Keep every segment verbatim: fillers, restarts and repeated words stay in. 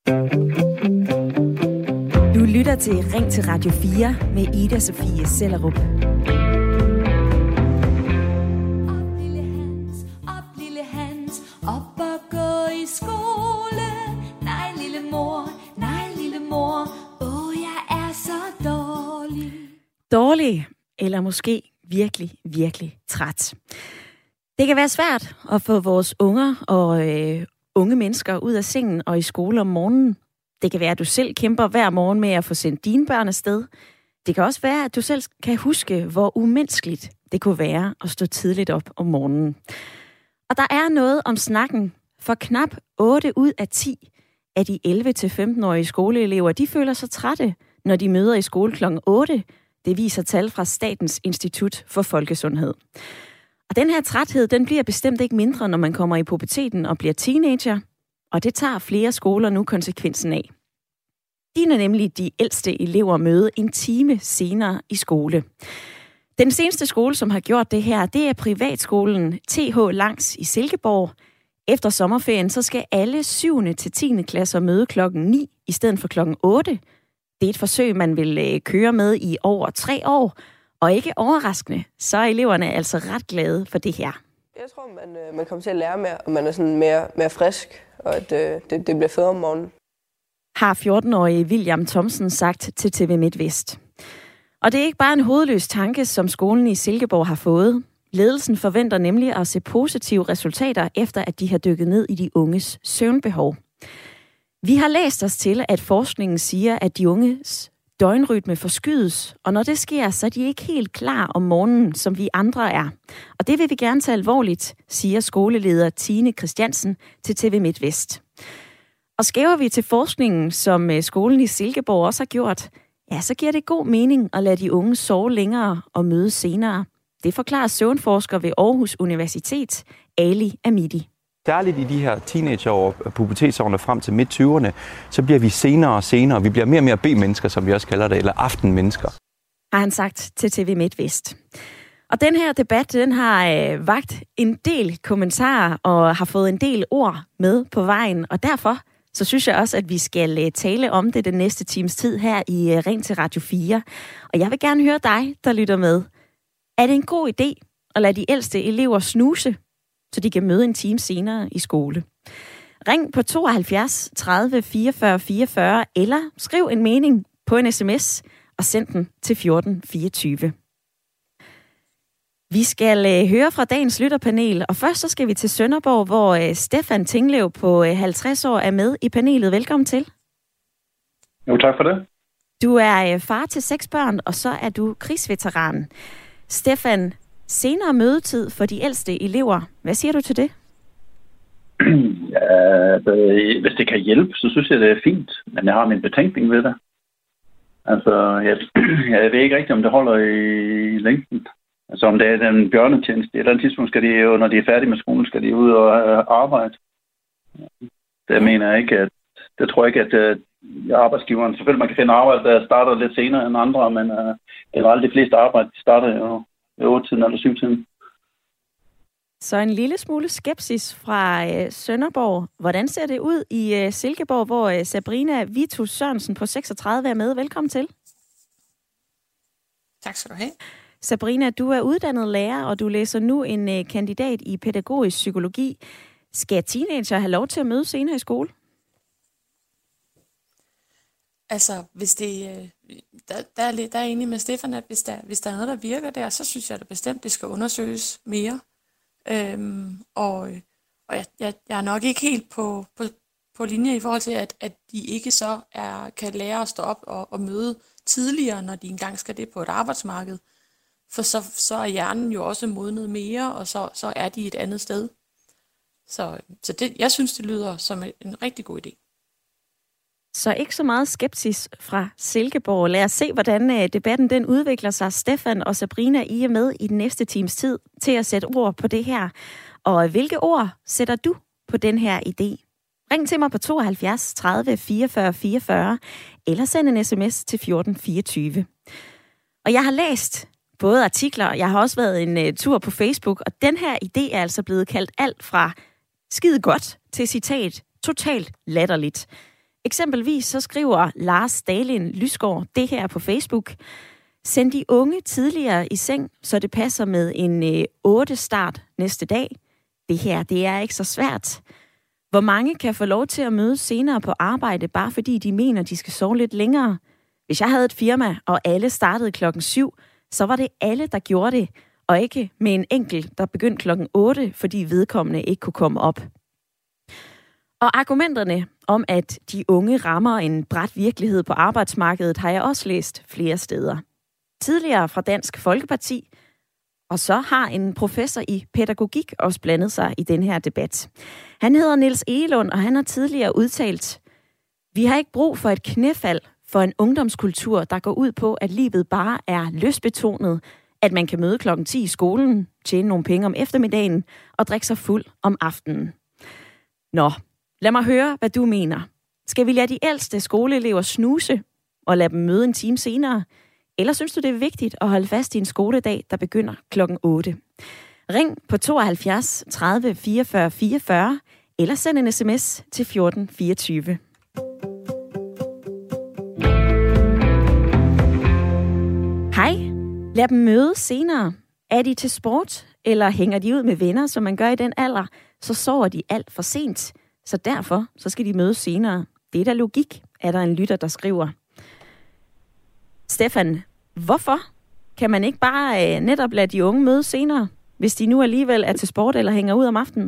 Du lytter til Ring til Radio fire med Ida Sofie Sellerup. Op lille Hans, op lille Hans, op og gå i skole. Nej lille mor, nej lille mor, åh jeg er så dårlig. Dårlig, eller måske virkelig, virkelig træt. Det kan være svært at få vores unger og øh, unge mennesker ud af sengen og i skole om morgenen. Det kan være, at du selv kæmper hver morgen med at få sendt dine børn afsted. Det kan også være, at du selv kan huske, hvor umenneskeligt det kunne være at stå tidligt op om morgenen. Og der er noget om snakken, for knap otte ud af ti af de elleve til femten-årige skoleelever, de føler sig trætte, når de møder i skole klokken otte. Det viser tal fra Statens Institut for Folkesundhed. Og den her træthed, den bliver bestemt ikke mindre, når man kommer i puberteten og bliver teenager. Og det tager flere skoler nu konsekvensen af. De er nemlig de ældste elever møde en time senere i skole. Den seneste skole, som har gjort det her, det er privatskolen T H Langs i Silkeborg. Efter sommerferien, så skal alle syvende til tiende klasser møde klokken ni i stedet for klokken otte. Det er et forsøg, man vil køre med i over tre år. Og ikke overraskende, så er eleverne altså ret glade for det her. Jeg tror, man, man kommer til at lære mere, og man er sådan mere, mere frisk, og at øh, det, det bliver federe om morgenen. Har fjorten-årige William Thomsen sagt til T V MidtVest. Og det er ikke bare en hovedløs tanke, som skolen i Silkeborg har fået. Ledelsen forventer nemlig at se positive resultater, efter at de har dykket ned i de unges søvnbehov. Vi har læst os til, at forskningen siger, at de unges døgnrytme forskydes, og når det sker, så er de ikke helt klar om morgenen, som vi andre er. Og det vil vi gerne tage alvorligt, siger skoleleder Tine Christiansen til T V MidtVest. Og skæver vi til forskningen, som skolen i Silkeborg også har gjort, ja, så giver det god mening at lade de unge sove længere og møde senere. Det forklarer søvnforsker ved Aarhus Universitet, Ali Amidi. Særligt i de her teenageår og pubertetsårene frem til midt-tyverne, så bliver vi senere og senere. Vi bliver mere og mere B-mennesker, som vi også kalder det, eller aftenmennesker. Har han sagt til T V MidtVest. Og den her debat, den har øh, vagt en del kommentarer og har fået en del ord med på vejen. Og derfor så synes jeg også, at vi skal øh, tale om det den næste times tid her i øh, Ring til Radio fire. Og jeg vil gerne høre dig, der lytter med. Er det en god idé at lade de ældste elever snuse, så de kan møde en time senere i skole? Ring på tooghalvfjerds tredive fireogfyrre fireogfyrre, eller skriv en mening på en sms og send den til fjorten fireogtyve. Vi skal øh, høre fra dagens lytterpanel, og først så skal vi til Sønderborg, hvor øh, Stefan Tinglev på øh, halvtreds år er med i panelet. Velkommen til. Jo, tak for det. Du er øh, far til seks børn, og så er du krigsveteran. Stefan, senere mødetid for de ældste elever. Hvad siger du til det? Ja, hvis det kan hjælpe, så synes jeg, det er fint. Men jeg har min betænkning ved det. Altså, jeg, jeg ved ikke rigtigt, om det holder i, i længden. Altså, om det er den bjørnetjeneste. I et eller andet tidspunkt skal de jo, når de er færdige med skolen, skal de ud og arbejde. Det mener jeg ikke, at... Det tror jeg ikke, at uh, arbejdsgiveren... Selvfølgelig, man kan finde arbejde, der starter lidt senere end andre, men uh, generelt de fleste arbejde, de starter jo ved otte-tiden eller syv-tiden. Så en lille smule skepsis fra øh, Sønderborg. Hvordan ser det ud i øh, Silkeborg, hvor øh, Sabrina Vitus Sørensen på seksogtredive er med? Velkommen til. Tak skal du have. Sabrina, du er uddannet lærer, og du læser nu en øh, kandidat i pædagogisk psykologi. Skal teenager have lov til at møde senere i skole? Altså, hvis det, der, der, er, der er jeg enig med Stefan, at hvis der, hvis der er noget, der virker der, så synes jeg da bestemt, det skal undersøges mere. Øhm, og og jeg, jeg, jeg er nok ikke helt på, på, på linje i forhold til, at, at de ikke så er, kan lære at stå op og, og møde tidligere, når de engang skal det på et arbejdsmarked. For så, så er hjernen jo også modnet mere, og så, så er de et andet sted. Så, så det, jeg synes, det lyder som en rigtig god idé. Så ikke så meget skepsis fra Silkeborg. Lad os se, hvordan debatten den udvikler sig. Stefan og Sabrina, I er med i den næste times tid til at sætte ord på det her. Og hvilke ord sætter du på den her idé? Ring til mig på tooghalvfjerds tredive fireogfyrre fireogfyrre, eller send en sms til fjorten fireogtyve. Og jeg har læst både artikler, jeg har også været en uh, tur på Facebook, og den her idé er altså blevet kaldt alt fra skide godt til citat totalt latterligt. Eksempelvis så skriver Lars Dalin Lysgaard det her på Facebook. Send de unge tidligere i seng, så det passer med en øh, otte start næste dag. Det her, det er ikke så svært. Hvor mange kan få lov til at mødes senere på arbejde, bare fordi de mener, de skal sove lidt længere? Hvis jeg havde et firma, og alle startede klokken syv, så var det alle, der gjorde det, og ikke med en enkelt, der begyndte klokken otte, fordi vedkommende ikke kunne komme op. Og argumenterne om, at de unge rammer en brat virkelighed på arbejdsmarkedet, har jeg også læst flere steder. Tidligere fra Dansk Folkeparti, og så har en professor i pædagogik også blandet sig i den her debat. Han hedder Niels Egelund, og han har tidligere udtalt, vi har ikke brug for et knæfald for en ungdomskultur, der går ud på, at livet bare er lystbetonet, at man kan møde klokken ti i skolen, tjene nogle penge om eftermiddagen og drikke sig fuld om aftenen. Nå, lad mig høre, hvad du mener. Skal vi lade de ældste skoleelever snuse og lade dem møde en time senere? Eller synes du, det er vigtigt at holde fast i en skoledag, der begynder klokken otte? Ring på tooghalvfjerds tredive fireogfyrre fireogfyrre eller send en sms til fjorten fireogtyve. Hej, lad dem møde senere. Er de til sport, eller hænger de ud med venner, som man gør i den alder, så sover de alt for sent. Så derfor så skal de mødes senere. Det er da logik, er der en lytter, der skriver. Stefan, hvorfor kan man ikke bare øh, netop lade de unge møde senere, hvis de nu alligevel er til sport eller hænger ud om aftenen?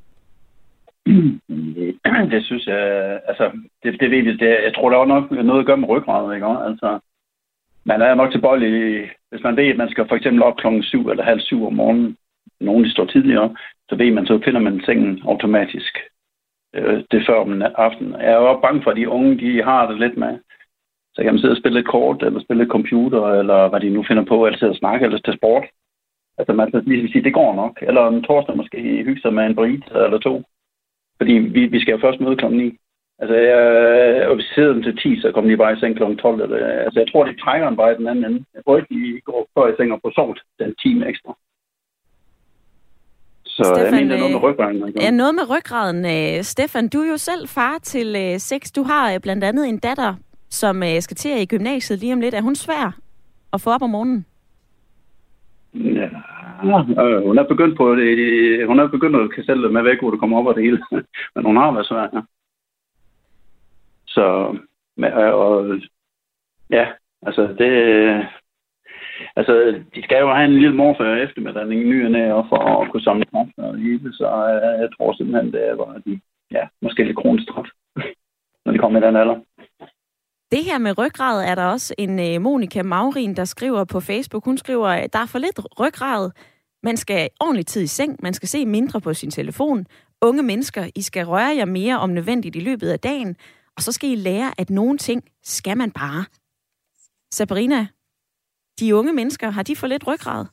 Det synes jeg, altså, det, det ved vi, det, jeg tror, der er nok noget at gøre med ryggraden, ikke? Altså, man er nok tilbøjelig, hvis man ved, at man skal for eksempel op klokken syv eller halv syv om morgenen, nogen de står tidligere, så ved man, så finder man sengen automatisk. Det er før om aftenen. Jeg er jo bange for, at de unge, de har det lidt med. Så kan man sidde og spille et kort, eller spille et computer, eller hvad de nu finder på, eller sidde og snakke, eller til sport. Altså man kan lige sige, det går nok. Eller en torsdag måske hygge sig med en brit eller to. Fordi vi, vi skal jo først møde klokken ni. Altså jeg, og hvis vi sidder dem til ti, så kommer de bare i seng klokken tolv. Eller, altså jeg tror, de trækker en bare i den anden ende. Jeg tror ikke, de går før i seng og får sovet den time ekstra. Så Stefan, jeg mener noget med ryggraden. Ja, noget med ryggraden. Stefan, du er jo selv far til seks. Du har blandt andet en datter, som skal til i gymnasiet lige om lidt. Er hun svær at få op om morgenen? Ja, øh, hun er begyndt på det. Hun er begyndt at kan selv med væk, hvor det kommer op og det hele. Men hun har været svær, ja. Så, og, ja, altså det... Altså, de skal jo have en lille morfar eftermiddag, en ny og næ, for at kunne samle kræfter og hele, så jeg, jeg tror simpelthen, det er, hvor de, ja, måske lidt kronstræt, når de kommer i den alder. Det her med ryggrad er der også en uh, Monika Maurin, der skriver på Facebook. Hun skriver, at der er for lidt ryggrad. Man skal ordentligt tid i seng. Man skal se mindre på sin telefon. Unge mennesker, I skal røre jer mere om nødvendigt i løbet af dagen. Og så skal I lære, at nogle ting skal man bare. Sabrina, de unge mennesker, har de for lidt ryggrad?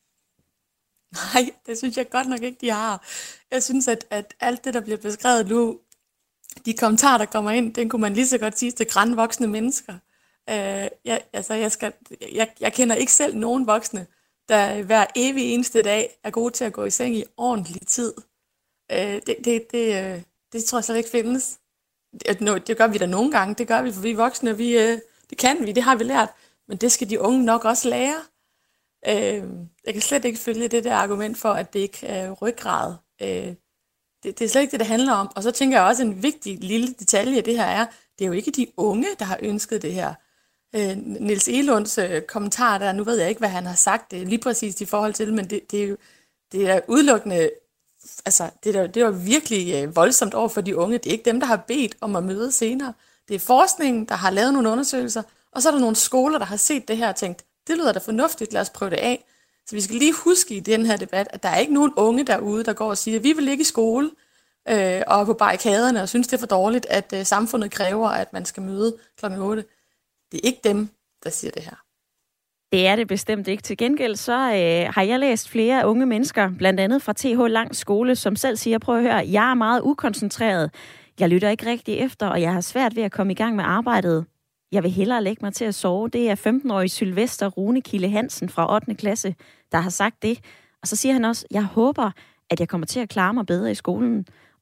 Nej, det synes jeg godt nok ikke, de har. Jeg synes, at, at alt det, der bliver beskrevet nu, de kommentarer, der kommer ind, den kunne man lige så godt sige til grandvoksne mennesker. Uh, jeg, altså, jeg, skal, jeg, jeg kender ikke selv nogen voksne, der hver evig eneste dag er gode til at gå i seng i ordentlig tid. Uh, det, det, det, uh, det tror jeg slet ikke findes. Det, det gør vi da nogle gange, det gør vi, for vi voksne, vi, uh, det kan vi, det har vi lært. Men det skal de unge nok også lære. Uh, jeg kan slet ikke følge det der argument for, at det ikke er ryggrad. Uh, Det, det er slet ikke det, det handler om. Og så tænker jeg også, en vigtig lille detalje det her er, det er jo ikke de unge, der har ønsket det her. Øh, Niels Egelunds øh, kommentar der, nu ved jeg ikke, hvad han har sagt det lige præcis i forhold til, men det, det er jo det er udelukkende, altså det er, det er jo virkelig øh, voldsomt over for de unge. Det er ikke dem, der har bedt om at møde senere. Det er forskningen, der har lavet nogle undersøgelser, og så er der nogle skoler, der har set det her og tænkt, det lyder da fornuftigt, lad os prøve det af. Så vi skal lige huske i den her debat, at der er ikke nogen unge derude, der går og siger, at vi vil ligge i skole øh, og på barrikaderne og synes, det er for dårligt, at øh, samfundet kræver, at man skal møde klokken otte. Det er ikke dem, der siger det her. Det er det bestemt ikke. Til gengæld så øh, har jeg læst flere unge mennesker, blandt andet fra T H Lang Skole, som selv siger, prøv at høre, jeg er meget ukoncentreret. Jeg lytter ikke rigtig efter, og jeg har svært ved at komme i gang med arbejdet. Jeg vil hellere lægge mig til at sove. Det er femten-årige Sylvester Rune Kille Hansen fra ottende klasse, der har sagt det. Og så siger han også, jeg håber, at jeg kommer til at klare mig bedre i skolen.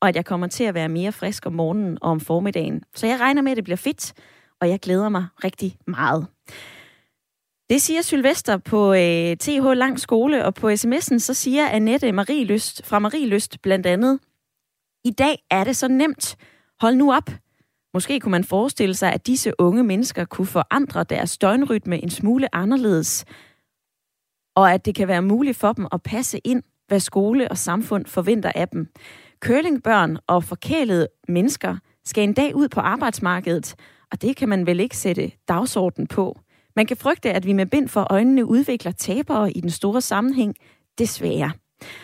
og at jeg kommer til at være mere frisk om morgenen og om formiddagen. Så jeg regner med, at det bliver fedt, og jeg glæder mig rigtig meget. Det siger Sylvester på øh, T H Lang Skole, og på sms'en så siger Annette Marielyst fra Marielyst blandt andet: i dag er det så nemt. Hold nu op. Måske kunne man forestille sig, at disse unge mennesker kunne forandre deres døgnrytme en smule anderledes, og at det kan være muligt for dem at passe ind, hvad skole og samfund forventer af dem. Curlingbørn og forkælede mennesker skal en dag ud på arbejdsmarkedet, og det kan man vel ikke sætte dagsorden på. Man kan frygte, at vi med bind for øjnene udvikler tabere i den store sammenhæng, desværre.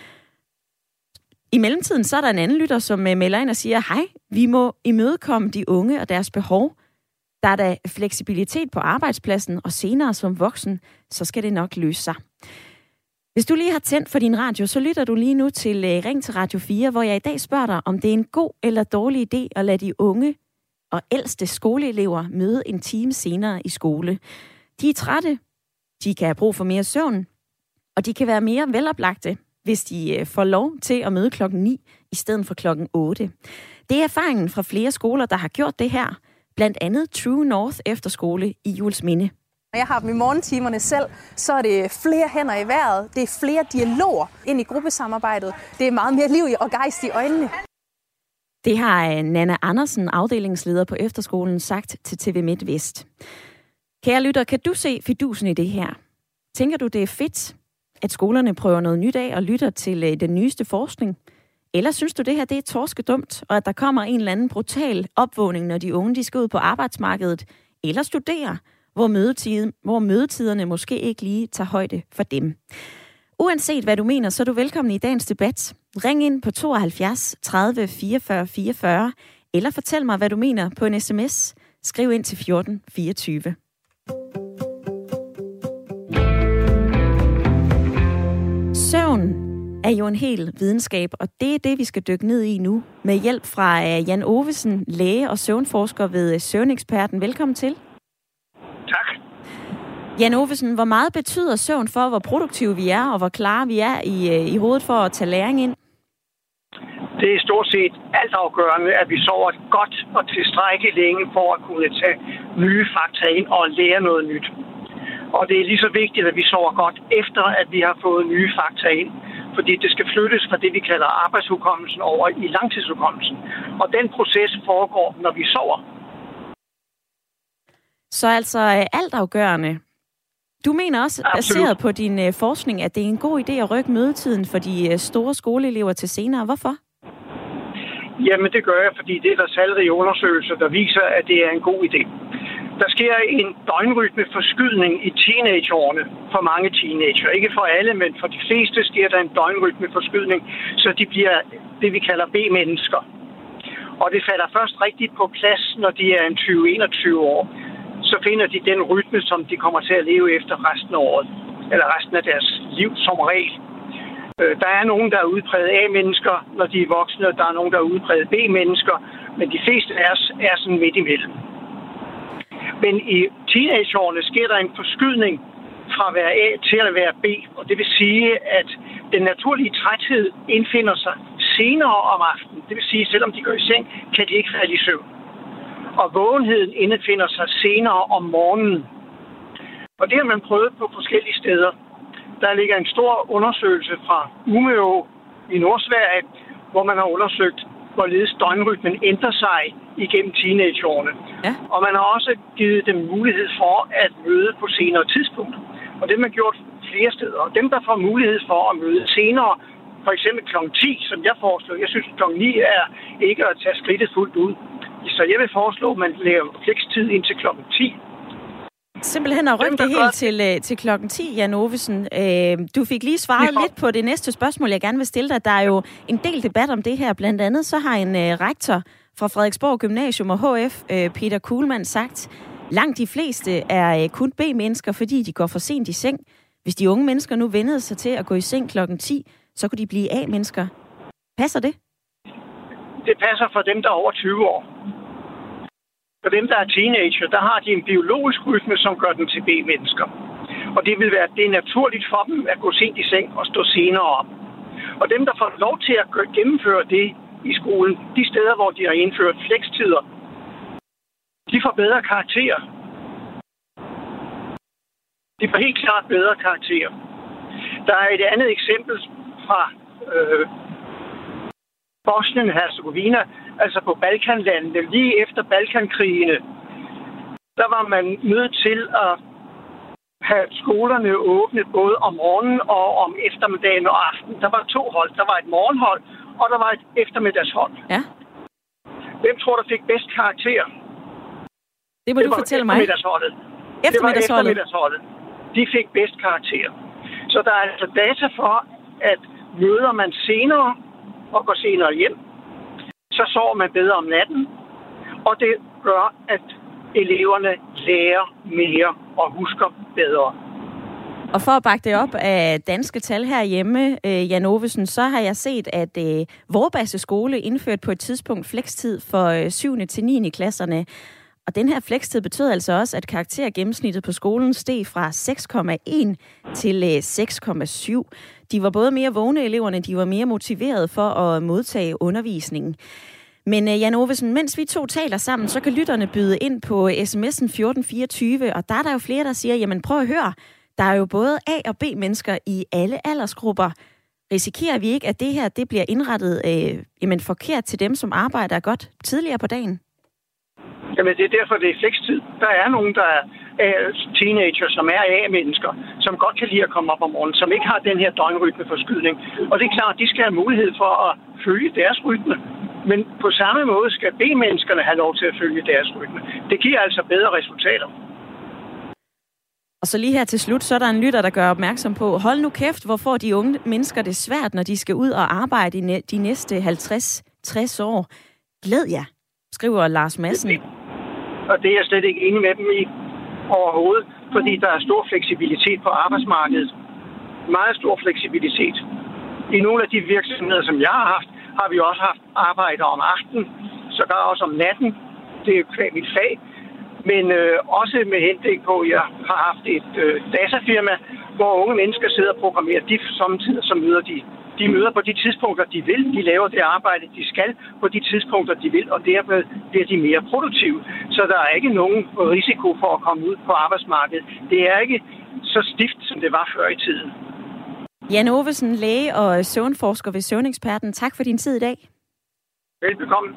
I mellemtiden så er der en anden lytter, som melder ind og siger: hej, vi må imødekomme de unge og deres behov. Der er da fleksibilitet på arbejdspladsen, og senere som voksen, så skal det nok løse sig. Hvis du lige har tændt for din radio, så lytter du lige nu til Ring til Radio fire, hvor jeg i dag spørger dig, om det er en god eller dårlig idé at lade de unge og ældste skoleelever møde en time senere i skole. De er trætte, de kan have brug for mere søvn, og de kan være mere veloplagte, hvis de får lov til at møde klokken ni i stedet for klokken otte. Det er erfaringen fra flere skoler, der har gjort det her. Blandt andet True North Efterskole i Juelsminde. Når jeg har dem i morgentimerne selv, så er det flere hænder i vejret. Det er flere dialoger ind i gruppesamarbejdet. Det er meget mere liv og gejst i øjnene. Det har Nanna Andersen, afdelingsleder på efterskolen, sagt til T V MidtVest. Kære lytter, kan du se fidusen i det her? Tænker du, det er fedt, at skolerne prøver noget nyt af og lytter til den nyeste forskning? Eller synes du, det her det er torskedumt, og at der kommer en eller anden brutal opvågning, når de unge de skal ud på arbejdsmarkedet eller studere, hvor, mødetid, hvor mødetiderne måske ikke lige tager højde for dem? Uanset hvad du mener, så er du velkommen i dagens debat. Ring ind på tooghalvfjerds tredive fireogfyrre fireogfyrre, eller fortæl mig, hvad du mener på en sms. Skriv ind til fjorten fireogtyve. Søvn er jo en hel videnskab, og det er det, vi skal dykke ned i nu. Med hjælp fra Jan Ovesen, læge og søvnforsker ved Søvneksperten. Velkommen til. Tak. Jan Ovesen, hvor meget betyder søvn for, hvor produktive vi er, og hvor klare vi er i, i hovedet for at tage læring ind? Det er stort set altafgørende, at vi sover godt og tilstrækkeligt længe for at kunne tage nye fakta ind og lære noget nyt. Og det er lige så vigtigt, at vi sover godt efter, at vi har fået nye fakta ind. Fordi det skal flyttes fra det, vi kalder arbejdshukommelsen over i langtidshukommelsen. Og den proces foregår, når vi sover. Så altså altafgørende. Du mener også, baseret på din uh, forskning, at det er en god idé at rykke mødetiden for de uh, store skoleelever til senere. Hvorfor? Jamen det gør jeg, fordi det er der talrige undersøgelser, der viser, at det er en god idé. Der sker en døgnrytmeforskydning i teenageårene for mange teenager. Ikke for alle, men for de fleste sker der en døgnrytmeforskydning, så de bliver det, vi kalder B-mennesker. Og det falder først rigtigt på plads, når de er en tyve til enogtyve år. Så finder de den rytme, som de kommer til at leve efter resten af året, eller resten af deres liv som regel. Der er nogen, der er udpræget A-mennesker, når de er voksne, og der er nogen, der er udpræget B-mennesker, men de fleste af os er sådan midt imellem. Men i teenageårene sker der en forskydning fra at være A til at være B, og det vil sige, at den naturlige træthed indfinder sig senere om aftenen. Det vil sige, at selvom de går i seng, kan de ikke falde i søvn. Og vågenheden indfinder sig senere om morgenen. Og det har man prøvet på forskellige steder. Der ligger en stor undersøgelse fra Umeå i Nordsverige, hvor man har undersøgt, hvorledes døgnrytmen ændrer sig igennem teenageårene. Ja. Og man har også givet dem mulighed for at møde på senere tidspunkter. Og det har man gjort flere steder. Og dem, der får mulighed for at møde senere, for eksempel klokken ti, som jeg foreslår, jeg synes, klokken ni er ikke at tage skridtet fuldt ud. Så jeg vil foreslå, at man laver flekstid ind til klokken ti. Simpelthen at rykke det helt til, til klokken ti, Jan Ovesen. Øh, du fik lige svaret ja. lidt på det næste spørgsmål, jeg gerne vil stille dig. Der er jo en del debat om det her. Blandt andet så har en øh, rektor fra Frederiksborg Gymnasium og H F, øh, Peter Kuhlmann, sagt, langt de fleste er øh, kun B-mennesker, fordi de går for sent i seng. Hvis de unge mennesker nu vendede sig til at gå i seng klokken ti, så kunne de blive A-mennesker. Passer det? Det passer for dem, der er over tyve år. For dem, der er teenager, der har de en biologisk rytme, som gør dem til B-mennesker. Og det vil være, det er naturligt for dem at gå sent i seng og stå senere op. Og dem, der får lov til at gennemføre det i skolen, de steder, hvor de har indført flekstider, de får bedre karakterer. De får helt klart bedre karakterer. Der er et andet eksempel fra øh, Bosnien-Herzegovina, altså på Balkanlandene. Lige efter Balkankrigene, der var man nødt til at have skolerne åbne både om morgenen og om eftermiddagen og aftenen. Der var to hold. Der var et morgenhold, og der var et eftermiddagshold. Ja. Hvem tror, der fik bedst karakter? Det må det du fortælle mig. Eftermiddagsholdet. Det var eftermiddagsholdet. De fik bedst karakter. Så der er altså data for, at møder man senere og går senere hjem, så sover man bedre om natten, og det gør, at eleverne lærer mere og husker bedre. Og for at bakke det op af danske tal herhjemme, øh, Jan Ovesen, så har jeg set, at øh, Vorbasse skole indførte på et tidspunkt flekstid for øh, syvende til niende klasserne. Og den her flekstid betød altså også, at karaktergennemsnittet på skolen steg fra seks komma en til øh, seks komma syv. De var både mere vågne eleverne, de var mere motiverede for at modtage undervisningen. Men uh, Jan Ovesen, mens vi to taler sammen, så kan lytterne byde ind på sms'en fjorten fireogtyve, og der er der jo flere, der siger, jamen prøv at høre, der er jo både A- og B-mennesker i alle aldersgrupper. Risikerer vi ikke, at det her det bliver indrettet øh, jamen, forkert til dem, som arbejder godt tidligere på dagen? Jamen det er derfor, det er flekstid. Der er nogen, der er teenager, som er A-mennesker, som godt kan lide at komme op om morgenen, som ikke har den her døgnrytmeforskydning. Og det er klart, de skal have mulighed for at følge deres rytme. Men på samme måde skal B-menneskerne have lov til at følge deres rytme. Det giver altså bedre resultater. Og så lige her til slut, så er der en lytter, der gør opmærksom på, hold nu kæft, hvor får de unge mennesker det svært, når de skal ud og arbejde i de næste halvtreds til tres år. Glæd jer, skriver Lars Madsen. Og det er jeg slet ikke enig med dem i overhovedet, fordi der er stor fleksibilitet på arbejdsmarkedet. Meget stor fleksibilitet. I nogle af de virksomheder, som jeg har haft, har vi også haft arbejde om aftenen, sågar også om natten. Det er jo mit fag. Men øh, også med henblik på, at jeg har haft et øh, datafirma, hvor unge mennesker sidder og programmerer. De samtidig så møder de. De møder på de tidspunkter, de vil. De laver det arbejde, de skal på de tidspunkter, de vil. Og dermed bliver de mere produktive. Så der er ikke nogen risiko for at komme ud på arbejdsmarkedet. Det er ikke så stift, som det var før i tiden. Jan Ovesen, læge og søvnforsker ved Søvneksperten. Tak for din tid i dag. Velbekomme.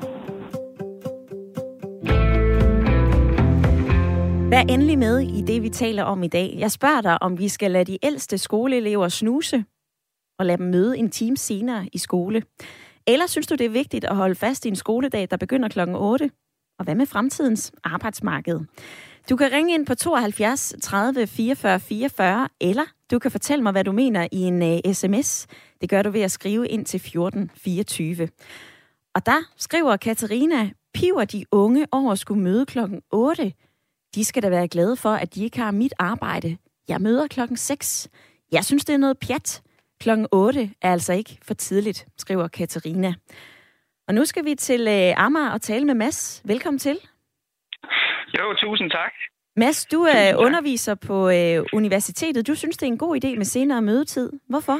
Vær endelig med i det, vi taler om i dag. Jeg spørger dig, om vi skal lade de ældste skoleelever snuse og lade dem møde en time senere i skole. Eller synes du, det er vigtigt at holde fast i en skoledag, der begynder klokken otte? Og hvad med fremtidens arbejdsmarked? Du kan ringe ind på tooghalvfjerds tredive fireogfyrre fireogfyrre, eller du kan fortælle mig, hvad du mener i en uh, sms. Det gør du ved at skrive ind til fjorten fireogtyve. Og der skriver Katarina, piver de unge over at skulle møde klokken otte? De skal da være glade for, at de ikke har mit arbejde. Jeg møder klokken seks. Jeg synes, det er noget pjat. Klokken otte er altså ikke for tidligt, skriver Katarina. Og nu skal vi til uh, Amager og tale med Mads. Velkommen til. Jo, tusind tak. Mads, du er underviser på uh, universitetet. Du synes, det er en god idé med senere mødetid. Hvorfor?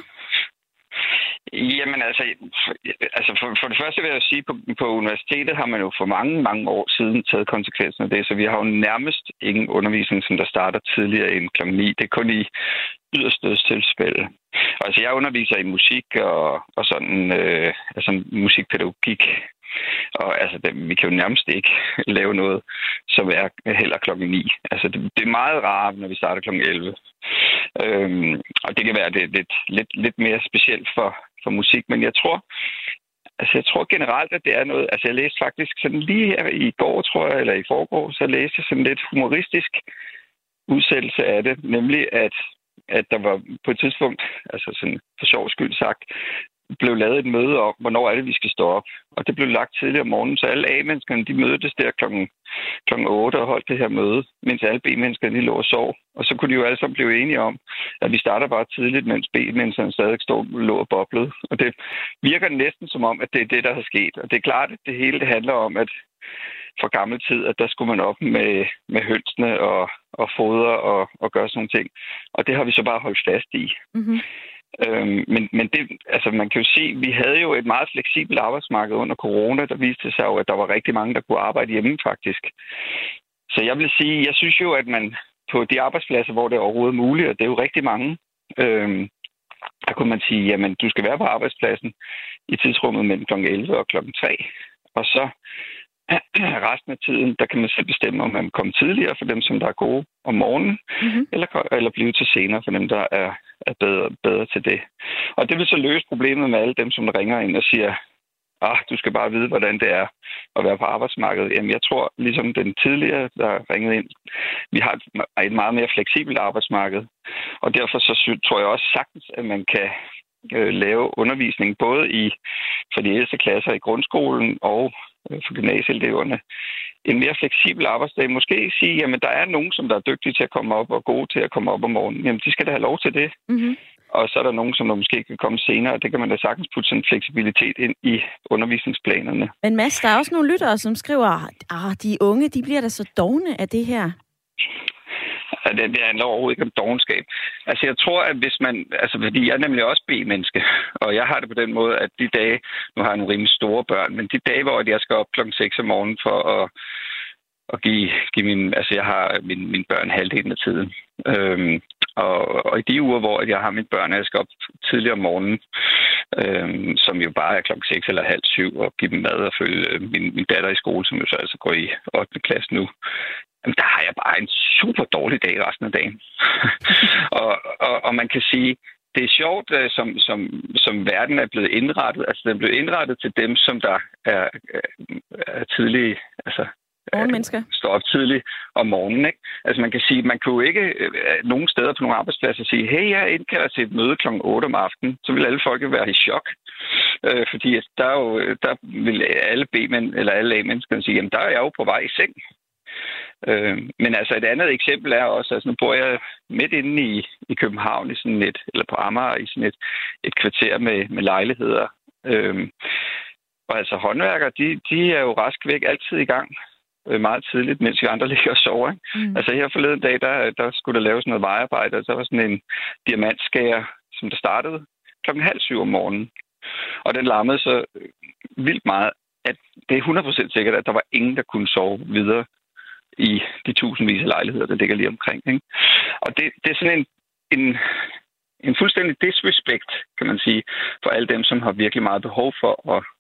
Jamen altså, for, altså for, for det første vil jeg sige, på, på universitetet har man jo for mange, mange år siden taget konsekvensen af det, så vi har jo nærmest ingen undervisning, som der starter tidligere end klokken ni. Det er kun i yderstødstilfælde. Altså jeg underviser i musik og, og sådan, øh, altså musikpædagogik. Og altså, det, vi kan jo nærmest ikke lave noget, som er heller klokken ni. Altså, det, det er meget rart, når vi starter klokken elleve. Øhm, og det kan være det, lidt, lidt, lidt mere specielt for, for musik, men jeg tror, altså, jeg tror generelt, at det er noget... Altså, jeg læste faktisk sådan lige her i går, tror jeg, eller i forgår, så læste jeg sådan lidt humoristisk udsættelse af det, nemlig at, at der var på et tidspunkt, altså sådan for sjov skyld sagt, blev lavet et møde om, hvornår er det, vi skal stå op. Og det blev lagt tidligere om morgenen, så alle A-menneskerne, de mødtes der klokken, klokken otte og holdt det her møde, mens alle B-menneskerne, de lå og sov. Og så kunne de jo alle sammen blive enige om, at vi starter bare tidligt, mens B-menneskerne stadig står, lå og boblede. Og det virker næsten som om, at det er det, der har sket. Og det er klart, at det hele det handler om, at for gammel tid, at der skulle man op med, med hønsene og, og fodre og, og gøre sådan nogle ting. Og det har vi så bare holdt fast i. Mm-hmm. Øhm, men men det, altså man kan jo se, vi havde jo et meget fleksibelt arbejdsmarked under corona, der viste sig jo, at der var rigtig mange, der kunne arbejde hjemme faktisk. Så jeg vil sige, jeg synes jo, at man på de arbejdspladser, hvor det er overhovedet muligt, og det er jo rigtig mange, øhm, der kunne man sige, jamen du skal være på arbejdspladsen i tidsrummet mellem klokken elleve og klokken tre. Og så resten af tiden, der kan man selv bestemme, om man kommer tidligere for dem, som der er gode om morgenen, mm-hmm. eller, eller blive til senere for dem, der er, er bedre, bedre til det. Og det vil så løse problemet med alle dem, som der ringer ind og siger, ah, du skal bare vide, hvordan det er at være på arbejdsmarkedet. Jamen, jeg tror, ligesom den tidligere, der ringede ind, vi har et, et meget mere fleksibelt arbejdsmarked. Og derfor så tror jeg også sagtens, at man kan øh, lave undervisning både i for de ældste klasser i grundskolen og for gymnasieeleverne. En mere fleksibel arbejdsdag. Måske sige, jamen der er nogen, som der er dygtige til at komme op og gode til at komme op om morgenen. Jamen de skal da have lov til det. Mm-hmm. Og så er der nogen, som der måske kan komme senere, og det kan man da sagtens putte sådan en fleksibilitet ind i undervisningsplanerne. Men Mads, der er også nogle lyttere, som skriver, at de unge, de bliver da så dovne af det her. Det, det handler overhovedet ikke om dovenskab. Altså jeg tror, at hvis man... Altså fordi jeg er nemlig også B-menneske, og jeg har det på den måde, at de dage... Nu har jeg nogle rimelig store børn, men de dage, hvor jeg skal op klokken seks om morgenen for at, at give, give min... Altså jeg har min, mine børn halvdelen af tiden. Øhm, og, og i de uger, hvor jeg har mine børn, jeg skal op tidligere om morgenen, øhm, som jo bare er klokken seks eller halv syv, og give dem mad og følge min, min datter i skole, som jo så altså går i ottende klasse nu. Jamen, der har jeg bare en super dårlig dag resten af dagen. og, og, og man kan sige, det er sjovt, som, som, som verden er blevet indrettet. Altså, den er blevet indrettet til dem, som der er, er tidlige, altså morgenmennesker. Står op tidligt om morgenen, ikke? Altså, man kan sige, man kan jo ikke nogen steder på nogle arbejdspladser sige, hey, jeg indkalder til et møde klokken otte om aftenen, så vil alle folk være i chok. Øh, fordi der er jo, der vil alle B-mænd, eller alle A-menneskerne sige, jamen, der er jeg jo på vej i seng. Øh, men altså et andet eksempel er også, altså nu bor jeg midt inde i, i København i sådan et, eller på Amager i sådan et, et kvarter med, med lejligheder. Øh, og altså håndværkere, de, de er jo rask væk altid i gang øh, meget tidligt, mens vi andre ligger og sover. Ikke? Mm. Altså her forleden dag, der, der skulle der laves noget vejarbejde, og så var sådan en diamantskærer, som der startede klokken halv syv om morgenen. Og den larmede så vildt meget, at det er hundrede procent sikkert, at der var ingen, der kunne sove videre i de tusindvis af lejligheder, der ligger lige omkring. Ikke? Og det, det er sådan en, en, en fuldstændig disrespect, kan man sige, for alle dem, som har virkelig meget behov for at,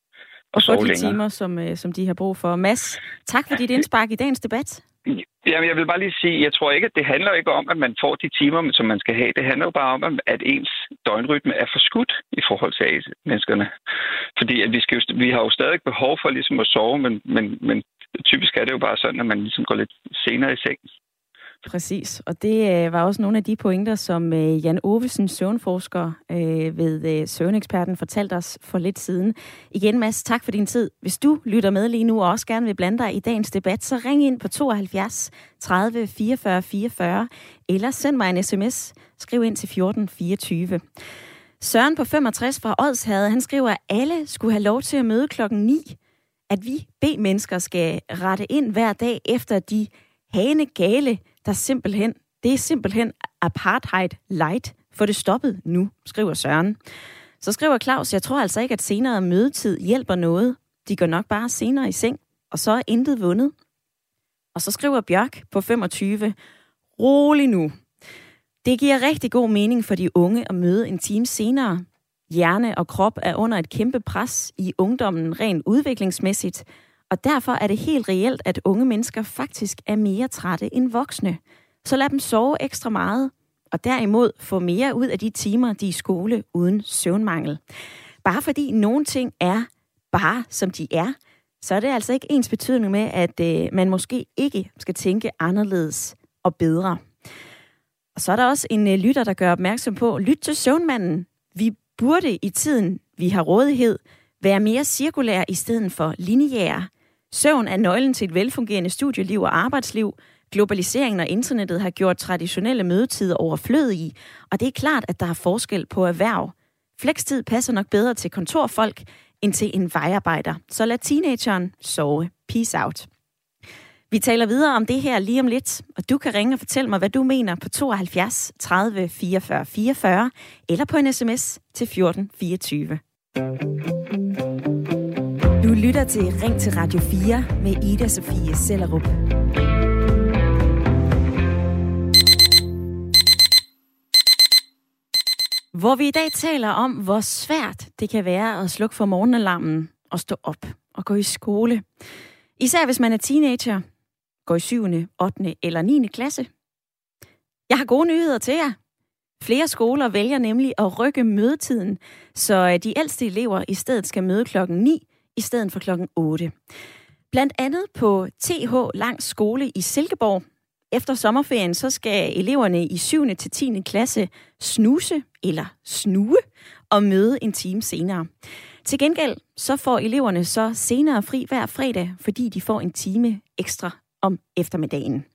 at sove længere. Og for de timer, som, som de har brug for. Mads, tak for dit indspark i dagens debat. Jamen, jeg vil bare lige sige, jeg tror ikke, at det handler ikke om, at man får de timer, som man skal have. Det handler jo bare om, at ens døgnrytme er forskudt i forhold til menneskerne. Fordi at vi, skal jo, vi har jo stadig behov for ligesom at sove, men, men, men typisk er det jo bare sådan, at man ligesom går lidt senere i seng. Præcis, og det øh, var også nogle af de pointer, som øh, Jan Ovesen, søvnforsker øh, ved øh, Søvneksperten, fortalte os for lidt siden. Igen, Mads, tak for din tid. Hvis du lytter med lige nu og også gerne vil blande dig i dagens debat, så ring ind på tooghalvfjerds tredive fireogfyrre fireogfyrre, eller send mig en sms. Skriv ind til fjorten fireogtyve. Søren på femogtres fra Odsherred, han skriver, at alle skulle have lov til at møde klokken ni. At vi B-mennesker skal rette ind hver dag efter de hane gale, der simpelthen, det er simpelthen apartheid light. Få det stoppet nu, skriver Søren. Så skriver Claus, jeg tror altså ikke, at senere mødetid hjælper noget. De går nok bare senere i seng, og så er intet vundet. Og så skriver Bjørk på femogtyve, rolig nu. Det giver rigtig god mening for de unge at møde en time senere. Hjerne og krop er under et kæmpe pres i ungdommen rent udviklingsmæssigt, og derfor er det helt reelt, at unge mennesker faktisk er mere trætte end voksne. Så lad dem sove ekstra meget, og derimod få mere ud af de timer, de er i skole uden søvnmangel. Bare fordi nogle ting er bare som de er, så er det altså ikke ens betydning med, at øh, man måske ikke skal tænke anderledes og bedre. Og så er der også en øh, lytter, der gør opmærksom på, lyt til søvnmanden. Vi burde i tiden, vi har rådighed, være mere cirkulær i stedet for lineære. Søvn er nøglen til et velfungerende studieliv og arbejdsliv. Globaliseringen og internettet har gjort traditionelle mødetider overflødige, og det er klart, at der er forskel på erhverv. Flekstid passer nok bedre til kontorfolk end til en vejarbejder. Så lad teenageren sove. Peace out. Vi taler videre om det her lige om lidt, og du kan ringe og fortælle mig, hvad du mener på tooghalvfjerds tredive fireogfyrre fireogfyrre eller på en sms til fjorten fireogtyve. Du lytter til Ring til Radio fire med Ida Sofie Sellerup. Hvor vi i dag taler om, hvor svært det kan være at slukke for morgenalarmen og stå op og gå i skole. Især hvis man er teenager, går i syvende, ottende eller niende klasse. Jeg har gode nyheder til jer. Flere skoler vælger nemlig at rykke mødetiden, så de ældste elever i stedet skal møde klokken ni i stedet for klokken otte. Blandt andet på T H Langs skole i Silkeborg. Efter sommerferien så skal eleverne i syvende til tiende klasse snuse eller snue og møde en time senere. Til gengæld så får eleverne så senere fri hver fredag, fordi de får en time ekstra om eftermiddagen.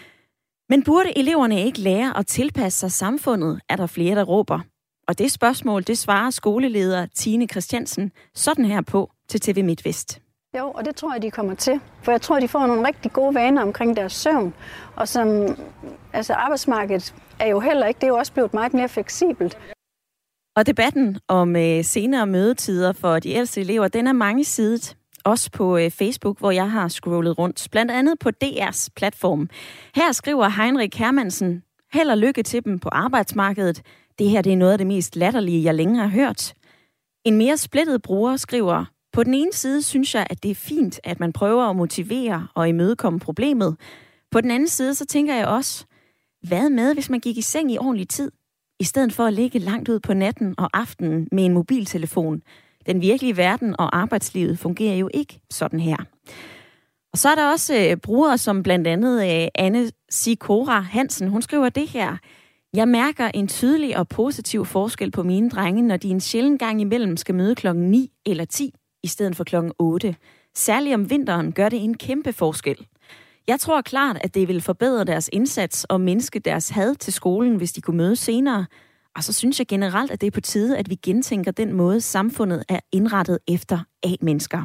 Men burde eleverne ikke lære at tilpasse sig samfundet, er der flere, der råber. Og det spørgsmål, det svarer skoleleder Tine Christiansen sådan her på til T V MidtVest. Jo, og det tror jeg, de kommer til. For jeg tror, de får nogle rigtig gode vaner omkring deres søvn. Og som, altså arbejdsmarkedet er jo heller ikke, det er jo også blevet meget mere fleksibelt. Og debatten om øh, senere mødetider for de ældste elever, den er mangesidet. Også på øh, Facebook, hvor jeg har scrollet rundt. Blandt andet på D R's platform. Her skriver Heinrich Hermansen, held og lykke til dem på arbejdsmarkedet. Det her det er noget af det mest latterlige, jeg længe har hørt. En mere splittet bruger skriver, på den ene side synes jeg, at det er fint, at man prøver at motivere og imødekomme problemet. På den anden side, så tænker jeg også, hvad med, hvis man gik i seng i ordentlig tid, i stedet for at ligge langt ud på natten og aftenen med en mobiltelefon? Den virkelige verden og arbejdslivet fungerer jo ikke sådan her. Og så er der også øh, brugere som blandt andet øh, Anne Sikora Hansen. Hun skriver det her. Jeg mærker en tydelig og positiv forskel på mine drenge, når de en sjælden gang imellem skal møde klokken ni eller ti i stedet for klokken otte. Særligt om vinteren gør det en kæmpe forskel. Jeg tror klart, at det vil forbedre deres indsats og mindske deres had til skolen, hvis de kunne møde senere. Og så synes jeg generelt, at det er på tide, at vi gentænker den måde, samfundet er indrettet efter A-mennesker.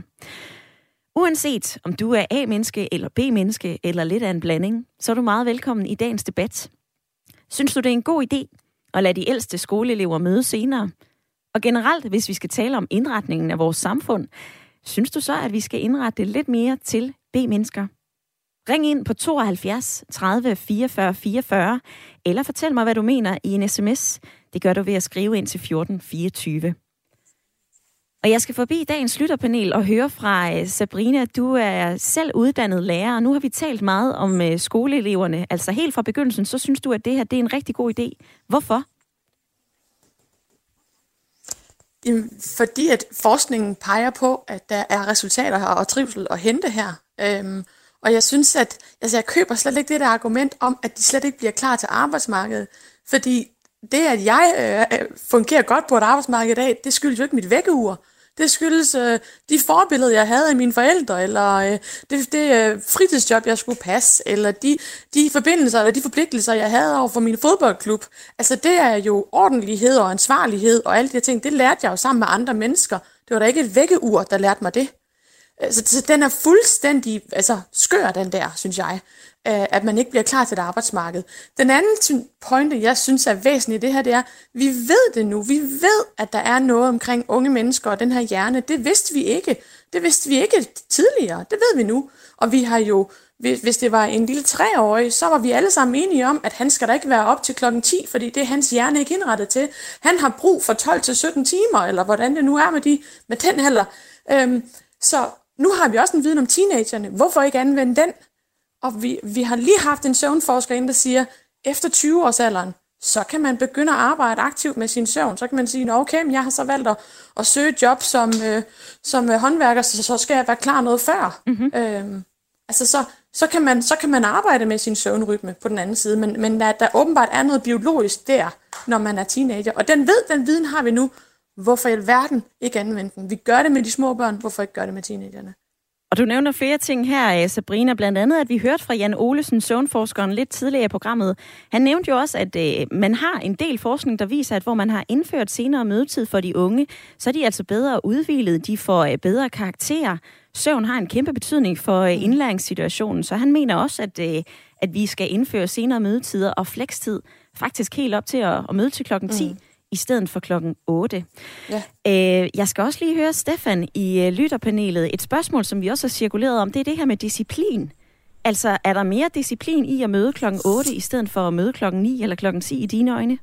Uanset om du er A-menneske eller B-menneske eller lidt af en blanding, så er du meget velkommen i dagens debat. Synes du, det er en god idé at lade de ældste skoleelever møde senere? Og generelt, hvis vi skal tale om indretningen af vores samfund, synes du så, at vi skal indrette det lidt mere til B-mennesker? Ring ind på tooghalvfjerds tredive fireogfyrre fireogfyrre, eller fortæl mig, hvad du mener i en sms. Det gør du ved at skrive ind til fjorten fireogtyve. Og jeg skal forbi dagens lytterpanel og høre fra Sabrina. Du er selv uddannet lærer, og nu har vi talt meget om skoleeleverne. Altså helt fra begyndelsen, så synes du, at det her det er en rigtig god idé. Hvorfor? Fordi at forskningen peger på, at der er resultater og trivsel at hente her. Øhm, og jeg synes, at altså jeg køber slet ikke det der argument om, at de slet ikke bliver klar til arbejdsmarkedet. Fordi det, at jeg øh, fungerer godt på et arbejdsmarked i dag, det skyldes jo ikke mit vækkeur. Det skyldes øh, de forbilleder, jeg havde af mine forældre, eller øh, det, det øh, fritidsjob, jeg skulle passe, eller de, de forbindelser, eller de forpligtelser, jeg havde over for min fodboldklub. Altså det er jo ordentlighed og ansvarlighed og alle de her ting. Det lærte jeg jo sammen med andre mennesker. Det var da ikke et vækkeur, der lærte mig det. Så, så den er fuldstændig altså, skør, den der, synes jeg, at man ikke bliver klar til et arbejdsmarked. Den anden pointe, jeg synes er væsentlig i det her, det er, vi ved det nu. Vi ved, at der er noget omkring unge mennesker og den her hjerne. Det vidste vi ikke. Det vidste vi ikke tidligere. Det ved vi nu. Og vi har jo, hvis det var en lille treårig, så var vi alle sammen enige om, at han skal da ikke være op til klokken ti, fordi det er hans hjerne ikke indrettet til. Han har brug for tolv til sytten timer, eller hvordan det nu er med, de, med den heller. Øhm, så nu har vi også en viden om teenagerne. Hvorfor ikke anvende den? Og vi, vi har lige haft en søvnforsker inde, der siger, efter tyve-årsalderen, så kan man begynde at arbejde aktivt med sin søvn. Så kan man sige, okay, men jeg har så valgt at, at søge et job som, øh, som håndværker, så, så skal jeg være klar noget før. Mm-hmm. Øhm, altså så, så, kan man, så kan man arbejde med sin søvnrytme på den anden side, men, men der, der åbenbart er noget biologisk der, når man er teenager. Og den ved, den viden har vi nu. Hvorfor i alverden ikke anvende den? Vi gør det med de små børn, hvorfor ikke gøre det med teenagerne? Og du nævner flere ting her, Sabrina, blandt andet, at vi hørte fra Jan Olesen, søvnforskeren, lidt tidligere i programmet. Han nævnte jo også, at øh, man har en del forskning, der viser, at hvor man har indført senere mødetid for de unge, så er de altså bedre udhvilet, de får øh, bedre karakterer. søvn har en kæmpe betydning for øh, indlæringssituationen, så han mener også, at, øh, at vi skal indføre senere mødetider og flekstid, faktisk helt op til at, at møde til klokken ti, mm. i stedet for klokken otte. Ja. Øh, jeg skal også lige høre Stefan i øh, lytterpanelet. Et spørgsmål, som vi også har cirkuleret om, det er det her med disciplin. Altså, er der mere disciplin i at møde klokken otte, i stedet for at møde klokken ni eller klokken ti i dine øjne?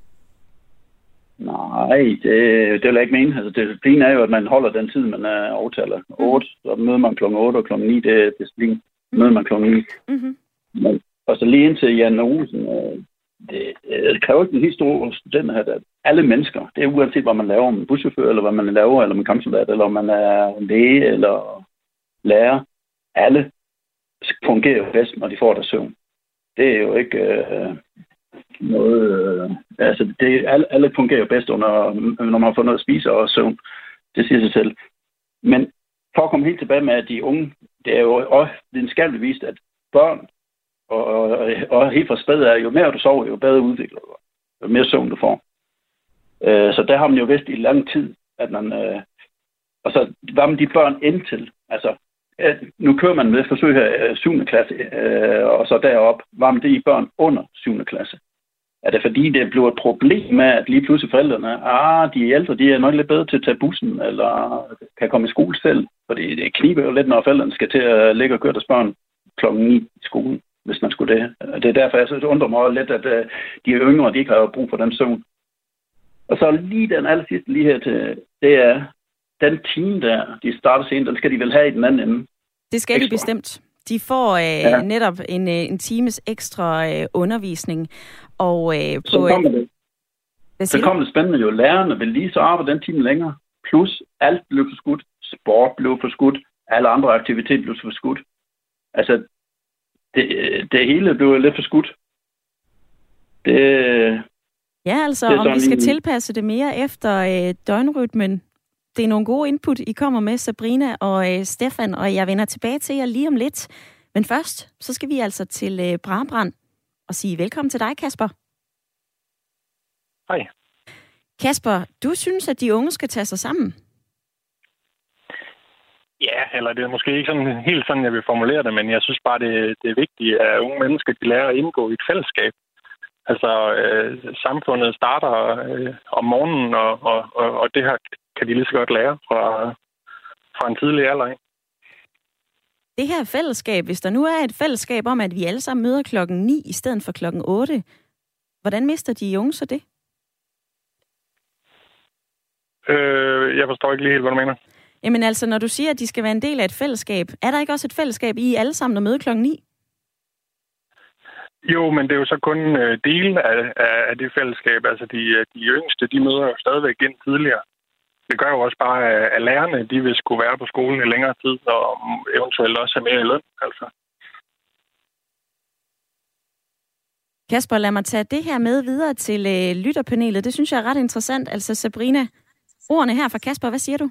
Nej, det, det vil jeg ikke mene. Altså, disciplin er jo, at man holder den tid, man er aftaler. otte, så møder man klokken otte, og klokken ni, det er disciplin. Møder man klokken ni. Mm-hmm. Men, og så lige indtil Jan Olsen, det, det kræver ikke en helt stor student her, at alle mennesker, det er uanset, hvad man laver, om man er buschauffør, eller hvad man laver, eller man er kampsoldat, eller om man er læge, eller lærer. Alle fungerer jo bedst, når de får deres søvn. Det er jo ikke øh, noget... Øh, altså, det, alle, alle fungerer jo bedst, under, når man har fået noget at spise og søvn. Det siger sig selv. Men for at komme helt tilbage med, at de unge, det er jo også videnskabeligt vist, at børn og, og, og helt fra spædet er, jo mere du sover, jo bedre udvikler du. Jo mere søvn du får. Øh, så der har man jo vidst i lang tid, at man... Øh, og så var man de børn indtil, altså... Nu kører man med forsøg her syvende klasse, øh, og så derop var man det i børn under syvende klasse. Er det fordi, det blev et problem med, at lige pludselig forældrene, ah, de ældre, de er nok lidt bedre til at tage bussen, eller kan komme i skole selv? Fordi det kniber jo lidt, når forældrene skal til at ligge og køre deres børn klokken ni i skolen, hvis man skulle det. Det er derfor, jeg så undrer mig lidt, at uh, de yngre, de ikke har brug for den søvn. Og så lige den aller sidste lige her til, det er den time der, de starter sent, den skal de vel have i den anden ende. Det skal ekstra. De bestemt. De får øh, ja. netop en, øh, en times ekstra øh, undervisning. Og øh, på... Så kommer det, så kommer det spændende jo. Lærerne vil lige så arbejde den time længere. Plus alt blev forskudt. Sport blev forskudt. Alle andre aktiviteter blev forskudt. Altså, det, det hele blev lidt forskudt. Det... Ja, altså, det om vi skal en... tilpasse det mere efter øh, døgnrytmen. Det er nogle gode input, I kommer med, Sabrina og øh, Stefan, og jeg vender tilbage til jer lige om lidt. Men først, så skal vi altså til øh, Brabrand og sige velkommen til dig, Kasper. Hej. Kasper, du synes, at de unge skal tage sig sammen? Ja, eller det er måske ikke sådan, helt sådan, jeg vil formulere det, men jeg synes bare, det, det er vigtigt, at unge mennesker de lærer at indgå i et fællesskab. Altså, øh, samfundet starter øh, om morgenen, og, og, og, og det her kan de lige så godt lære fra, fra en tidlig alder af. Det her fællesskab, hvis der nu er et fællesskab om, at vi alle sammen møder klokken ni i stedet for klokken otte, hvordan mister de unge så det? Øh, jeg forstår ikke lige helt, hvad du mener. Jamen altså, når du siger, at de skal være en del af et fællesskab, er der ikke også et fællesskab i alle sammen at møde klokken ni? Jo, men det er jo så kun øh, dele af, af det fællesskab. Altså de, de yngste, de møder jo stadigvæk ind tidligere. Det gør jo også bare, at lærerne, de vil skulle være på skolen i længere tid, og eventuelt også have mere i løn. Altså. Kasper, lad mig tage det her med videre til øh, lytterpanelet. Det synes jeg er ret interessant. Altså Sabrina, ordene her fra Kasper, hvad siger du?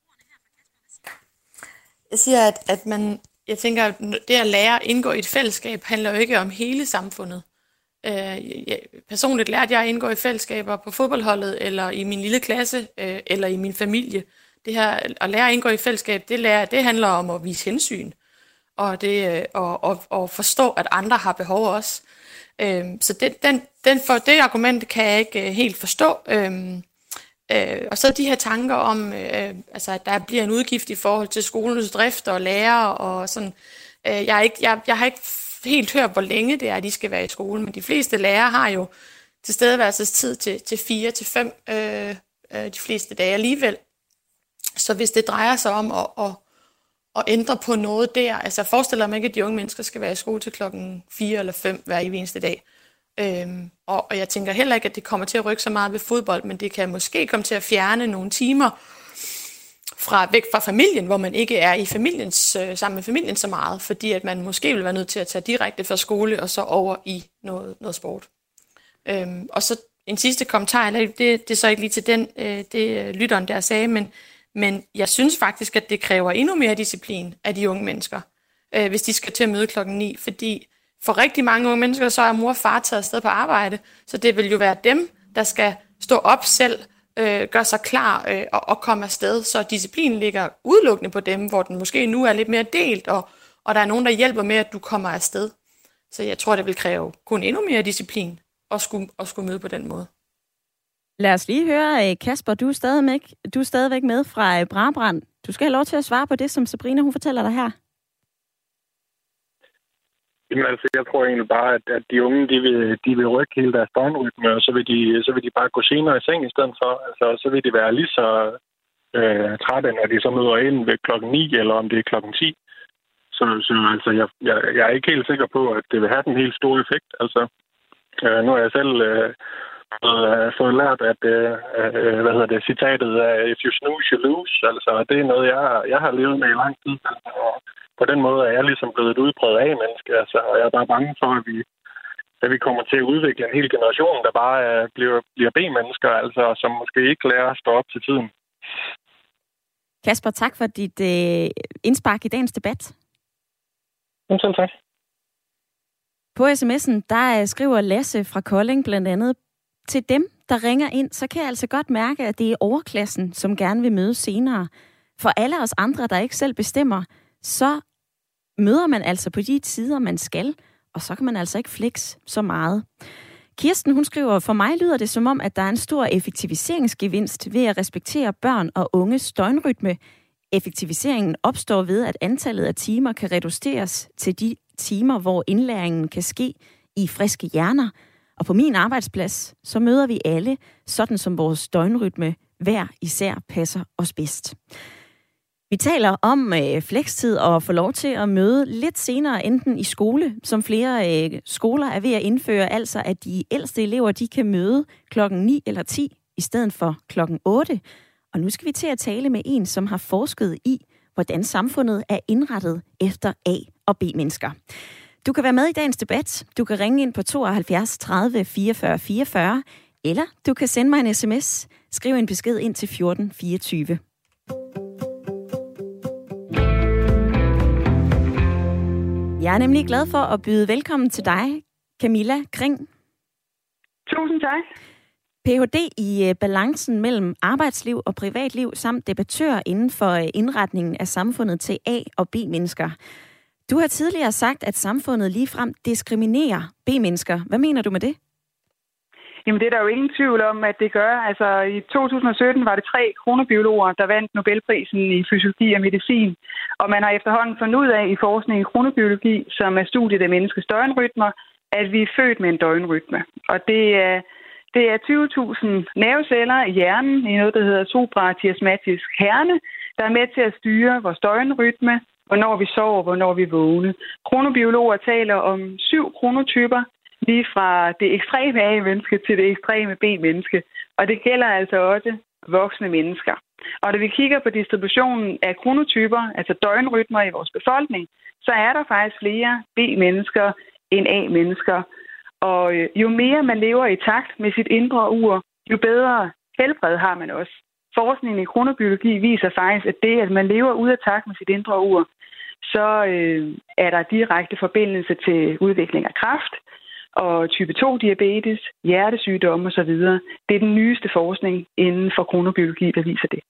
Jeg siger, at, at man... Jeg tænker, at det at lære at indgå i et fællesskab handler jo ikke om hele samfundet. Øh, jeg, personligt lærte jeg at indgå i fællesskaber på fodboldholdet, eller i min lille klasse, øh, eller i min familie. Det her at lære at indgå i et fællesskab, det, lærer, det handler om at vise hensyn, og, det, og, og, og forstå, at andre har behov også. Øh, så det, den, den for, det argument kan jeg ikke helt forstå. Øh, Øh, og så de her tanker om, øh, altså, at der bliver en udgift i forhold til skolens drift og lærer og sådan. Øh, jeg, er ikke, jeg, jeg har ikke helt hørt, hvor længe det er, at de skal være i skole, men de fleste lærere har jo tilstedeværelsestid til, til fire til fem øh, øh, de fleste dage alligevel. Så hvis det drejer sig om at, at, at ændre på noget der, altså jeg forestiller mig ikke, at de unge mennesker skal være i skole til klokken fire eller fem hver eneste dag. Øhm, og, og jeg tænker heller ikke, at det kommer til at rykke så meget ved fodbold, men det kan måske komme til at fjerne nogle timer fra, væk fra familien, hvor man ikke er i familiens, øh, sammen med familien så meget, fordi at man måske vil være nødt til at tage direkte fra skole og så over i noget, noget sport. Øhm, og så en sidste kommentar, det, det er så ikke lige til den, øh, det lytteren der sagde, men, men jeg synes faktisk, at det kræver endnu mere disciplin af de unge mennesker, øh, hvis de skal til at møde klokken ni, fordi for rigtig mange unge mennesker, så er mor og far taget afsted på arbejde, så det vil jo være dem, der skal stå op selv øh, gør sig klar øh, og, og kommer afsted, så disciplinen ligger udelukkende på dem, hvor den måske nu er lidt mere delt, og, og der er nogen, der hjælper med, at du kommer afsted. Så jeg tror, det vil kræve kun endnu mere disciplin at skulle, at skulle møde på den måde. Lad os lige høre, Kasper, du er stadigvæk, du er stadigvæk med fra Brabrand. Du skal have lov til at svare på det, som Sabrina hun fortæller dig her. Jamen altså, jeg tror egentlig bare, at, at de unge, de vil, de vil rykke hele deres døgnrytme, og så vil, de, så vil de bare gå senere i seng i stedet for. Altså, så vil de være lige så øh, trætte, når de så møder ind ved klokken ni, eller om det er klokken ti. Så, så altså, jeg, jeg, jeg er ikke helt sikker på, at det vil have den helt store effekt. Altså, øh, nu har jeg selv øh, øh, fået lært, at øh, øh, hvad hedder det, citatet er if you snooze, you lose. Altså, det er noget, jeg, jeg har levet med i lang tid. Altså, og på den måde er jeg ligesom blevet et udbredt A-menneske. Altså, og jeg er bare bange for, at vi, at vi kommer til at udvikle en hel generation, der bare øh, bliver, bliver B-mennesker, altså, som måske ikke lærer at stå op til tiden. Kasper, tak for dit øh, indspark i dagens debat. Jamen, selv tak. På sms'en, der skriver Lasse fra Kolding blandt andet, til dem, der ringer ind, så kan jeg altså godt mærke, at det er overklassen, som gerne vil møde senere. For alle os andre, der ikke selv bestemmer, så møder man altså på de tider, man skal, og så kan man altså ikke flex så meget. Kirsten, hun skriver, for mig lyder det som om, at der er en stor effektiviseringsgevinst ved at respektere børn og unges døgnrytme. Effektiviseringen opstår ved, at antallet af timer kan reduceres til de timer, hvor indlæringen kan ske i friske hjerner. Og på min arbejdsplads, så møder vi alle, sådan som vores døgnrytme hver især passer os bedst. Vi taler om øh, flekstid og få lov til at møde lidt senere, enten i skole, som flere øh, skoler er ved at indføre, altså at de ældste elever, de kan møde klokken ni eller ti i stedet for klokken otte. Og nu skal vi til at tale med en, som har forsket i, hvordan samfundet er indrettet efter A- og B-mennesker. Du kan være med i dagens debat. Du kan ringe ind på tooghalvfjerds tredive fireogfyrre fireogfyrre, eller du kan sende mig en sms. Skriv en besked ind til fjorten fireogtyve. Jeg er nemlig glad for at byde velkommen til dig, Camilla Kring. Tusind tak. P H D i balancen mellem arbejdsliv og privatliv, samt debattør inden for indretningen af samfundet til A- og B-mennesker. Du har tidligere sagt, at samfundet ligefrem diskriminerer B-mennesker. Hvad mener du med det? Jamen, det er der jo ingen tvivl om, at det gør. Altså, i to tusind og sytten var det tre kronobiologer, der vandt Nobelprisen i fysiologi og medicin. Og man har efterhånden fundet ud af i forskning i kronobiologi, som er studiet af menneskets døgnrytmer, at vi er født med en døgnrytme. Og det er, det er tyve tusind nerveceller i hjernen i noget, der hedder suprachiasmatisk herne, der er med til at styre vores døgnrytme, hvornår vi sover, hvornår vi vågne. Kronobiologer taler om syv kronotyper, lige fra det ekstreme A-menneske til det ekstreme B-menneske. Og det gælder altså også voksne mennesker. Og når vi kigger på distributionen af kronotyper, altså døgnrytmer i vores befolkning, så er der faktisk flere B-mennesker end A-mennesker. Og jo mere man lever i takt med sit indre ur, jo bedre helbred har man også. Forskningen i kronobiologi viser faktisk, at det, at man lever ud af takt med sit indre ur, så øh, er der direkte forbindelse til udvikling af kræft, og type to diabetes, hjertesygdomme osv. Det er den nyeste forskning inden for kronobiologi, der viser det.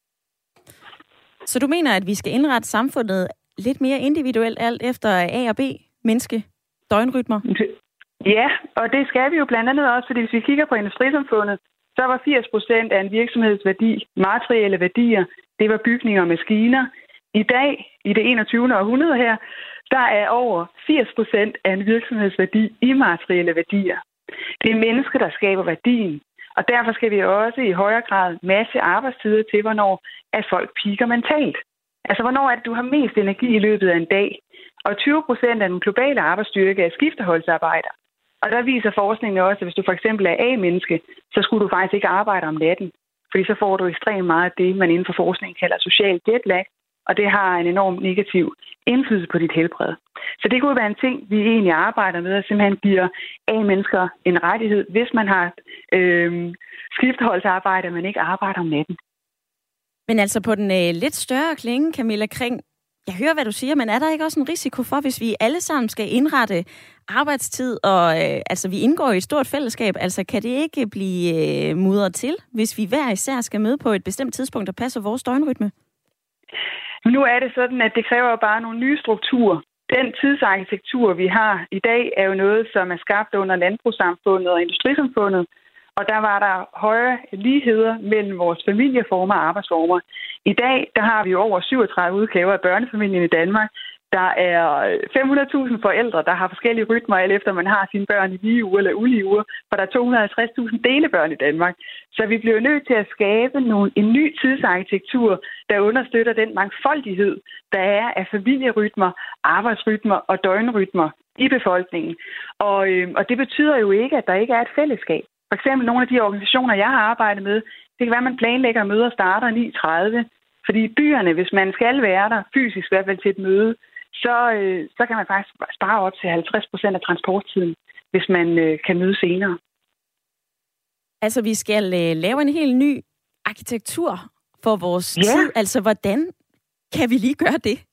Så du mener, at vi skal indrette samfundet lidt mere individuelt, alt efter A og B, menneske, døgnrytmer? Ja, og det skal vi jo blandt andet også, fordi hvis vi kigger på industrisamfundet, så var firs procent af en virksomheds værdi, materielle værdier, det var bygninger og maskiner. I dag, i det enogtyvende århundrede her, der er over firs procent af en virksomhedsværdi i materielle værdier. Det er mennesker, der skaber værdien. Og derfor skal vi også i højere grad masse arbejdstider til, hvornår at folk piker mentalt. Altså, hvornår er det, du har mest energi i løbet af en dag? Og tyve procent af den globale arbejdsstyrke er skifteholdsarbejder. Og der viser forskningen også, at hvis du for eksempel er A-menneske, så skulle du faktisk ikke arbejde om natten. Fordi så får du ekstremt meget af det, man inden for forskningen kalder social jetlag. Og det har en enorm negativ indflydelse på dit helbred. Så det kunne være en ting, vi egentlig arbejder med, at simpelthen giver A-mennesker en rettighed, hvis man har øh, skifteholdsarbejde, men ikke arbejder om natten. Men altså på den øh, lidt større klinge, Camilla Kring, Jeg hører, hvad du siger, men er der ikke også en risiko for, hvis vi alle sammen skal indrette arbejdstid, og øh, altså vi indgår i et stort fællesskab, altså kan det ikke blive øh, mudret til, hvis vi hver især skal møde på et bestemt tidspunkt, der passer vores døgnrytme? Nu er det sådan, at det kræver bare nogle nye strukturer. Den tidsarkitektur, vi har i dag, er jo noget, som er skabt under landbrugssamfundet og industrisamfundet, og der var der højere ligheder mellem vores familieformer og arbejdsformer. I dag, der har vi jo over syvogtredive udgaver af børnefamilien i Danmark. Der er fem hundrede tusind forældre, der har forskellige rytmer, alt efter man har sine børn i lige uger eller ulige uger, for der er to hundrede og halvtreds tusind delebørn i Danmark. Så vi bliver nødt til at skabe nogle, en ny tidsarkitektur, der understøtter den mangfoldighed, der er af familierytmer, arbejdsrytmer og døgnrytmer i befolkningen. Og, øh, og det betyder jo ikke, at der ikke er et fællesskab. For eksempel nogle af de organisationer, jeg har arbejdet med, det kan være, at man planlægger, at møder starter ni tredive. Fordi i byerne, hvis man skal være der, fysisk i hvert fald til et møde, så, øh, så kan man faktisk spare op til halvtreds procent af transporttiden, hvis man øh, kan møde senere. Altså, vi skal øh, lave en helt ny arkitektur for vores ja. tid. Altså, hvordan kan vi lige gøre det?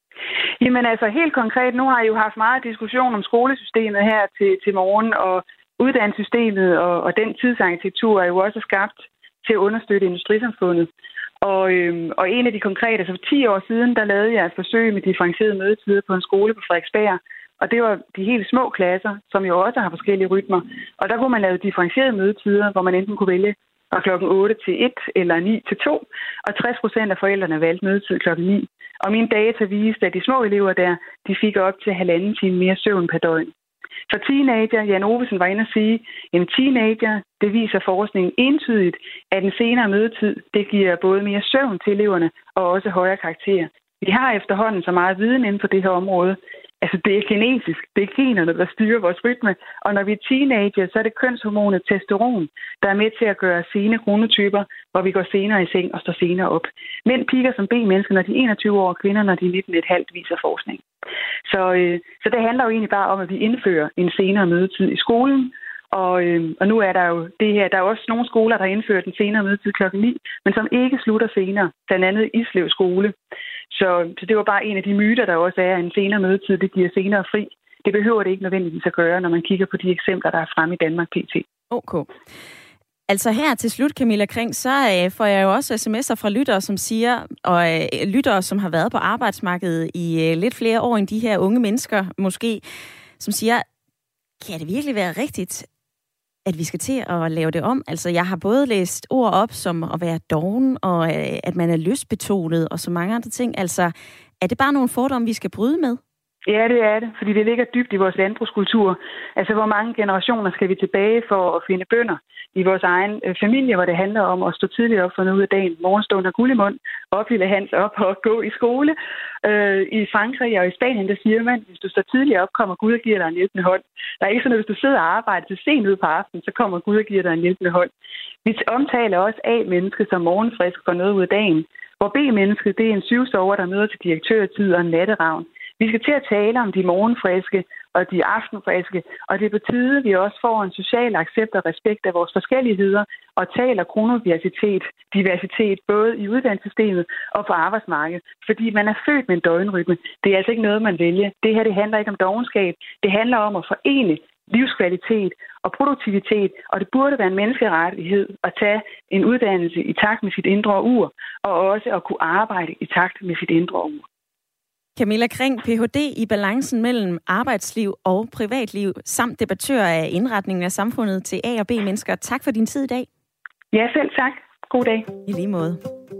Jamen altså, helt konkret, nu har jeg jo haft meget diskussion om skolesystemet her til, til morgen, og uddannelsessystemet og, og den tidsarkitektur er jo også skabt til at understøtte industrisamfundet. Og, øhm, og en af de konkrete, altså for ti år siden, der lavede jeg et forsøg med differentierede mødetider på en skole på Frederiksberg. Og det var de helt små klasser, som jo også har forskellige rytmer. Og der kunne man lave differentierede mødetider, hvor man enten kunne vælge fra klokken otte til et eller ni til to. Og tres procent af forældrene valgte mødetid klokken ni. Og mine data viste, at de små elever der, de fik op til halvanden time mere søvn per døgn. For teenager, Jan Ovesen var inde at sige, at teenager, det viser forskningen entydigt, at en senere mødetid, det giver både mere søvn til eleverne og også højere karakterer. Vi har efterhånden så meget viden inden for det her område. Altså, det er genetisk. Det er generne, der styrer vores rytme. Og når vi er teenager, så er det kønshormonet testosteron, der er med til at gøre sene kronotyper, hvor vi går senere i seng og står senere op. Mænd piker som B-mennesker, når de er enogtyve år, og kvinder, når de er nitten komma fem, viser forskning. Så, øh, så det handler jo egentlig bare om, at vi indfører en senere mødetid i skolen. Og, øh, og nu er der jo det her, der er også nogle skoler, der har indført en senere mødetid klokken ni, men som ikke slutter senere, blandt andet Islev skole. Så, så det var bare en af de myter, der også er, at en senere mødetid, det giver senere fri. Det behøver det ikke nødvendigvis at gøre, når man kigger på de eksempler, der er fremme i Danmark P T. Okay. Altså her til slut, Camilla Kring, så øh, får jeg jo også sms'er fra lyttere, som siger, og øh, lyttere, som har været på arbejdsmarkedet i øh, lidt flere år end de her unge mennesker måske, som siger, kan det virkelig være rigtigt, at vi skal til at lave det om? Altså, jeg har både læst ord op som at være doven, og øh, at man er lystbetonet, og så mange andre ting. Altså, er det bare nogle fordomme, vi skal bryde med? Ja, det er det, fordi det ligger dybt i vores landbrugskultur. Altså, hvor mange generationer skal vi tilbage for at finde bønder i vores egen øh, familie, hvor det handler om at stå tidligt op for noget ud af dagen, morgenstund og guld i mund, op lille Hans op og gå i skole. Øh, I Frankrig og i Spanien, der siger man, hvis du står tidligt op, kommer Gud og giver dig en hjælpende hånd. Der er ikke sådan, at hvis du sidder og arbejder til sent ud på aftenen, så kommer Gud og giver dig en hjælpende hånd. Vi omtaler også A-mennesket som morgenfrisk for noget ud af dagen, hvor B-mennesket, det er en syvsover, der møder til direktørtid og en natteravn. Vi skal til at tale om de morgenfriske og de aftenfriske, og det betyder, at vi også får en social accept og respekt af vores forskelligheder og taler kronodiversitet, diversitet, både i uddannelsessystemet og på arbejdsmarkedet, fordi man er født med en døgnrytme. Det er altså ikke noget, man vælger. Det her, det handler ikke om dovenskab. Det handler om at forene livskvalitet og produktivitet, og det burde være en menneskerettighed at tage en uddannelse i takt med sit indre ur, og også at kunne arbejde i takt med sit indre ur. Camilla Kring, P H D i balancen mellem arbejdsliv og privatliv, samt debattør af indretningen af samfundet til A- og B-mennesker. Tak for din tid i dag. Ja, selv tak. God dag. I lige måde.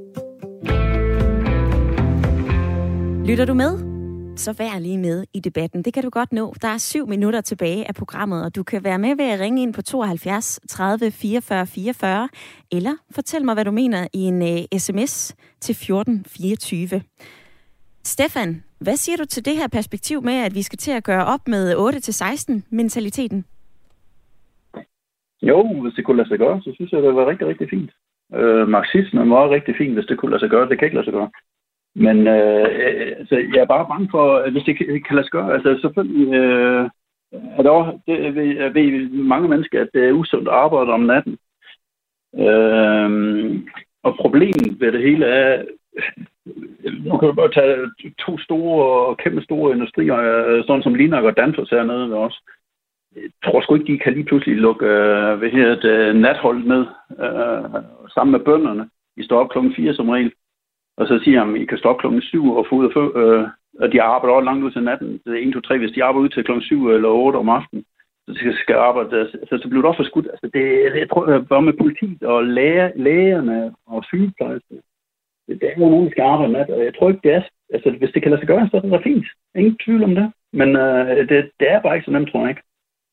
Lytter du med? Så vær lige med i debatten. Det kan du godt nå. Der er syv minutter tilbage af programmet, og du kan være med ved at ringe ind på tooghalvfjerds tredive fireogfyrre fireogfyrre, eller fortæl mig, hvad du mener i en uh, sms til fjorten fireogtyve. Stefan, hvad siger du til det her perspektiv med, at vi skal til at gøre op med otte til seksten mentaliteten? Jo, hvis det kunne lade sig gøre, så synes jeg, det var rigtig, rigtig fint. Øh, marxismen var rigtig fint, hvis det kunne lade sig gøre. Det kan ikke lade sig gøre. Men øh, altså, jeg er bare bange for, at hvis det kan lade sig gøre, altså selvfølgelig øh, er det også, det ved, ved mange mennesker, at det er usundt at arbejde om natten. Øh, og problemet ved det hele er, nu kan vi bare tage to store, kæmpe store industrier, sådan som Linak og Danfoss hernede ved os. Jeg tror sgu ikke, de kan lige pludselig lukke øh, hvad her, et øh, nathold ned øh, sammen med bønderne. I står op klokken fire som regel. Og så siger de, at I kan stå op klokken syv og få ud af fø, øh, og de arbejder også langt ud til natten. Det er en, to, tre. Hvis de arbejder ud til klokken syv eller otte om aftenen, så skal arbejde, så, så bliver det også for skudt. Altså, det, jeg tror, at bare med politiet og læger, lægerne og sygeplejerskerne, det, det er jo nogen, der skal arbejde nat, og jeg tror ikke, det er, altså, hvis det kan lade sig gøre, så er det da fint. Ingen tvivl om det. Men øh, det, det er bare ikke så nemt, tror jeg ikke.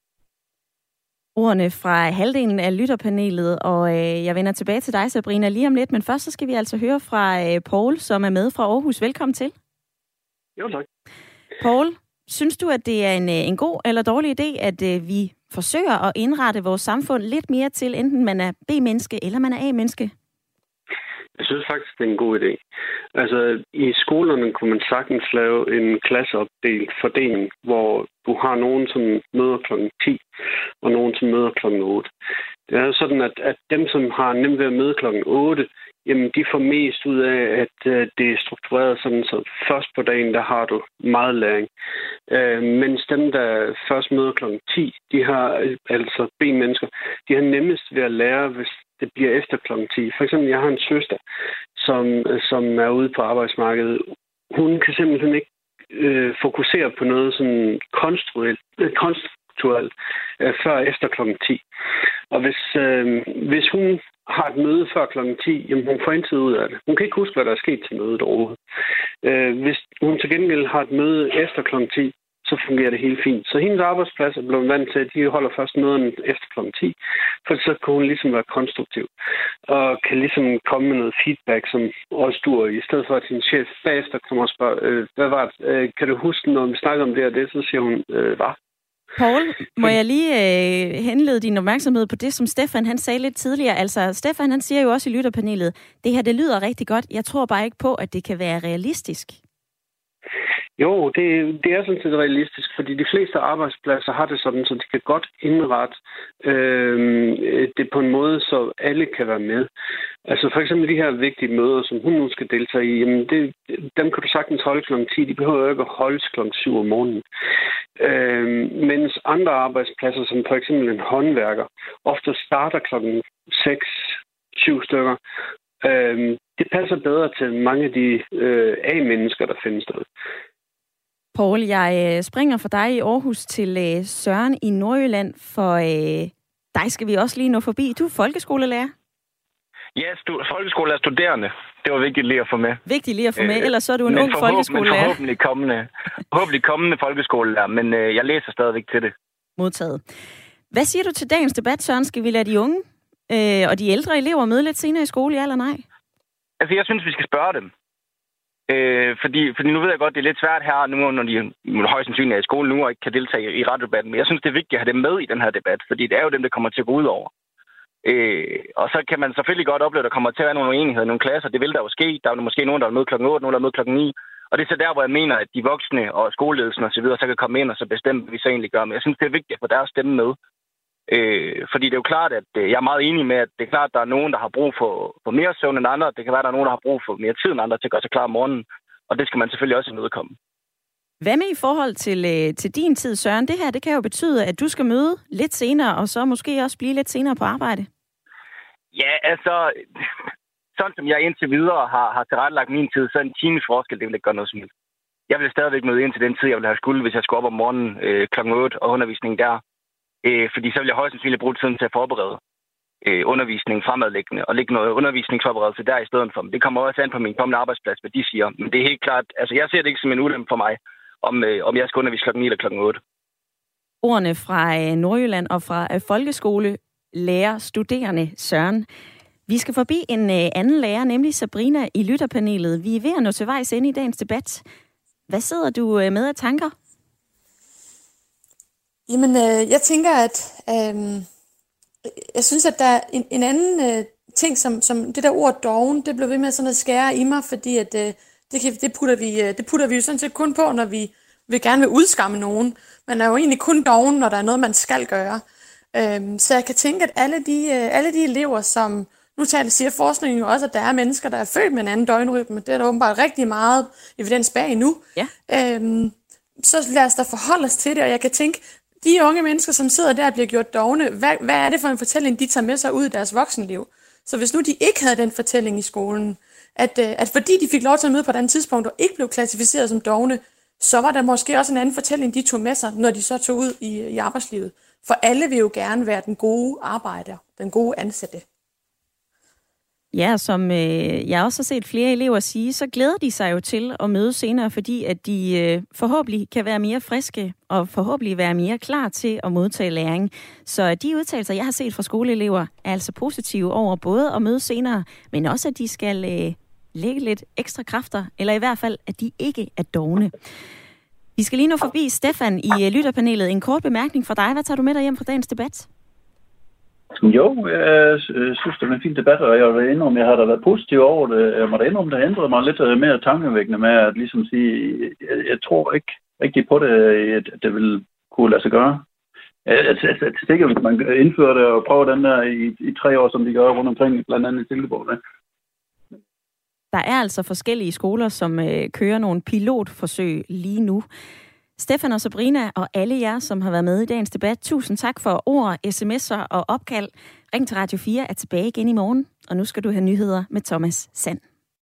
Ordene fra halvdelen af lytterpanelet, og øh, jeg vender tilbage til dig, Sabrina, lige om lidt. Men først så skal vi altså høre fra øh, Poul, som er med fra Aarhus. Velkommen til. Jo, tak. Poul, synes du, at det er en, en god eller dårlig idé, at øh, vi forsøger at indrette vores samfund lidt mere til, enten man er B-menneske eller man er A-menneske? Jeg synes faktisk, det er en god idé. Altså, i skolerne kunne man sagtens lave en klasseopdelt fordeling, hvor du har nogen, som møder klokken ti, og nogen, som møder klokken otte. Det er jo sådan, at, at dem, som har nemt ved at møde klokken otte, jamen, de får mest ud af, at uh, det er struktureret sådan, så først på dagen, der har du meget læring. Uh, mens dem, der først møder klokken ti, de har, altså B-mennesker, de har nemmest ved at lære, hvis det bliver efter klokken ti. For eksempel, jeg har en søster, som, som er ude på arbejdsmarkedet. Hun kan simpelthen ikke øh, fokusere på noget sådan konstruktuelt, øh, konstruktuelt øh, før efter klokken ti. Og hvis, øh, hvis hun har et møde før klokken ti, jamen hun får intet ud af det. Hun kan ikke huske, hvad der er sket til mødet overhovedet. Øh, hvis hun til gengæld har et møde efter klokken ti, så fungerer det helt fint. Så hendes arbejdsplads er blevet vant til, at de holder først møderne efter klokken ti, for så kan hun ligesom være konstruktiv, og kan ligesom komme med noget feedback, som også duer, i stedet for at sin chef bagefter kommer og spørger, øh, hvad var det? Øh, kan du huske, når vi snakker om det og det, så siger hun, øh, hvad? Poul, må jeg lige øh, henlede din opmærksomhed på det, som Stefan han sagde lidt tidligere. Altså, Stefan han siger jo også i lytterpanelet, det her det lyder rigtig godt, jeg tror bare ikke på, at det kan være realistisk. Jo, det, det er sådan set realistisk, fordi de fleste arbejdspladser har det sådan, så de kan godt indrette øh, det på en måde, så alle kan være med. Altså for eksempel de her vigtige møder, som hun nu skal deltage i, jamen det, dem kan du sagtens holde klokken ti, de behøver ikke at holdes klokken syv om morgenen. Øh, mens andre arbejdspladser, som for eksempel en håndværker, ofte starter klokken seks, syv stykker. Øh, det passer bedre til mange af de øh, A-mennesker, der findes der. Poul, jeg øh, springer fra dig i Aarhus til øh, Søren i Nordjylland, for øh, dig skal vi også lige nå forbi. Du er folkeskolelærer. Ja, stu- folkeskolelærer studerende. Det var vigtigt lige at få med. Vigtigt lige at få med, øh, ellers så er du en ung folkeskolelærer. Men forhåbentlig kommende, forhåbentlig kommende folkeskolelærer, men øh, jeg læser stadigvæk til det. Modtaget. Hvad siger du til dagens debat, Søren? Skal vi lade de unge øh, og de ældre elever møde lidt senere i skole, ja eller nej? Altså, jeg synes, vi skal spørge dem. Øh, fordi, fordi nu ved jeg godt, det er lidt svært her, nu når de højst sandsynligt er i skole nu og ikke kan deltage i radiodebatten, men jeg synes, det er vigtigt at have dem med i den her debat, fordi det er jo dem, der kommer til at gå ud over. Øh, og så kan man selvfølgelig godt opleve, at der kommer til at være nogle uenigheder i nogle klasser. Det vil der jo ske. Der er jo måske nogen, der er med klokken otte, nogen, der er med klokken ni. Og det er så der, hvor jeg mener, at de voksne og skoleledelsen osv., så, så kan komme ind og så bestemme, hvad vi så egentlig gør. Men jeg synes, det er vigtigt at få deres stemme med. Øh, fordi det er jo klart, at øh, jeg er meget enig med, at det er klart, at der er nogen, der har brug for, for mere søvn end andre. Det kan være, at der er nogen, der har brug for mere tid end andre til at gøre sig klar om morgenen. Og det skal man selvfølgelig også imødekomme. Hvad med i forhold til, øh, til din tid, Søren? Det her, det kan jo betyde, at du skal møde lidt senere, og så måske også blive lidt senere på arbejde. Ja, altså, sådan som jeg indtil videre har, har tilrettelagt min tid, så en times forskel, det vil ikke gøre noget som helst. Jeg vil stadigvæk møde ind til den tid, jeg vil have skulle, hvis jeg skulle op om morgenen øh, klokken otte og undervisning der. Øh, fordi så vil jeg højst sandsynligt bruge tiden til at forberede øh, undervisning fremadliggende, og lægge noget undervisningsforberedelse der i stedet for. Det kommer også an på min kommende arbejdsplads, hvad de siger. Men det er helt klart, altså jeg ser det ikke som en ulempe for mig, om, øh, om jeg skal undervise klokken ni eller klokken otte. Ordene fra øh, Nordjylland og fra øh, folkeskole lærer studerende Søren. Vi skal forbi en øh, anden lærer, nemlig Sabrina i lytterpanelet. Vi er ved at nå til vejs inde i dagens debat. Hvad sidder du øh, med af tanker? Jamen, øh, jeg tænker, at øh, jeg synes, at der er en, en anden øh, ting, som, som det der ord doven, det blev ved med sådan at skære i mig, fordi at, øh, det, kan, det, putter vi, øh, det putter vi jo sådan set kun på, når vi vil gerne vil udskamme nogen. Man er jo egentlig kun doven, når der er noget, man skal gøre. Øh, så jeg kan tænke, at alle de, øh, alle de elever, som, Nu taler, siger forskningen jo også, at der er mennesker, der er født med en anden døgnrytme. Det er der åbenbart rigtig meget evidens bag nu. Ja. Øhm, så lad os da forholde os til det, og jeg kan tænke, de unge mennesker, som sidder der og bliver gjort dovne, hvad, hvad er det for en fortælling, de tager med sig ud i deres voksenliv? Så hvis nu de ikke havde den fortælling i skolen, at, at fordi de fik lov til at møde på et andet tidspunkt og ikke blev klassificeret som dovne, så var der måske også en anden fortælling, de tog med sig, når de så tog ud i, i arbejdslivet. For alle vil jo gerne være den gode arbejder, den gode ansatte. Ja, som øh, jeg også har set flere elever sige, så glæder de sig jo til at møde senere, fordi at de øh, forhåbentlig kan være mere friske og forhåbentlig være mere klar til at modtage læring. Så de udtalelser, jeg har set fra skoleelever, er altså positive over både at møde senere, men også at de skal øh, lægge lidt ekstra kræfter, eller i hvert fald, at de ikke er dovne. Vi skal lige nå forbi Stefan i øh, lytterpanelet. En kort bemærkning fra dig. Hvad tager du med dig hjem fra dagens debat? Jo, jeg synes, det er en fin debat, og jeg vil indrømme, jeg har da været positiv over det. Jeg må da indrømme, det ændrede mig lidt mere tankevækkende med at ligesom sige, jeg, jeg tror ikke rigtig på det, at det vil kunne lade sig gøre. Altså, sikkert, hvis man indfører det og prøver den der i, i tre år, som de gør rundt omkring, blandt andet i Silkeborg. Der er altså forskellige skoler, som øh, kører nogle pilotforsøg lige nu. Stefan og Sabrina og alle jer, som har været med i dagens debat, tusind tak for ord, sms'er og opkald. Ring til Radio fire er tilbage igen i morgen, og nu skal du have nyheder med Thomas Sand.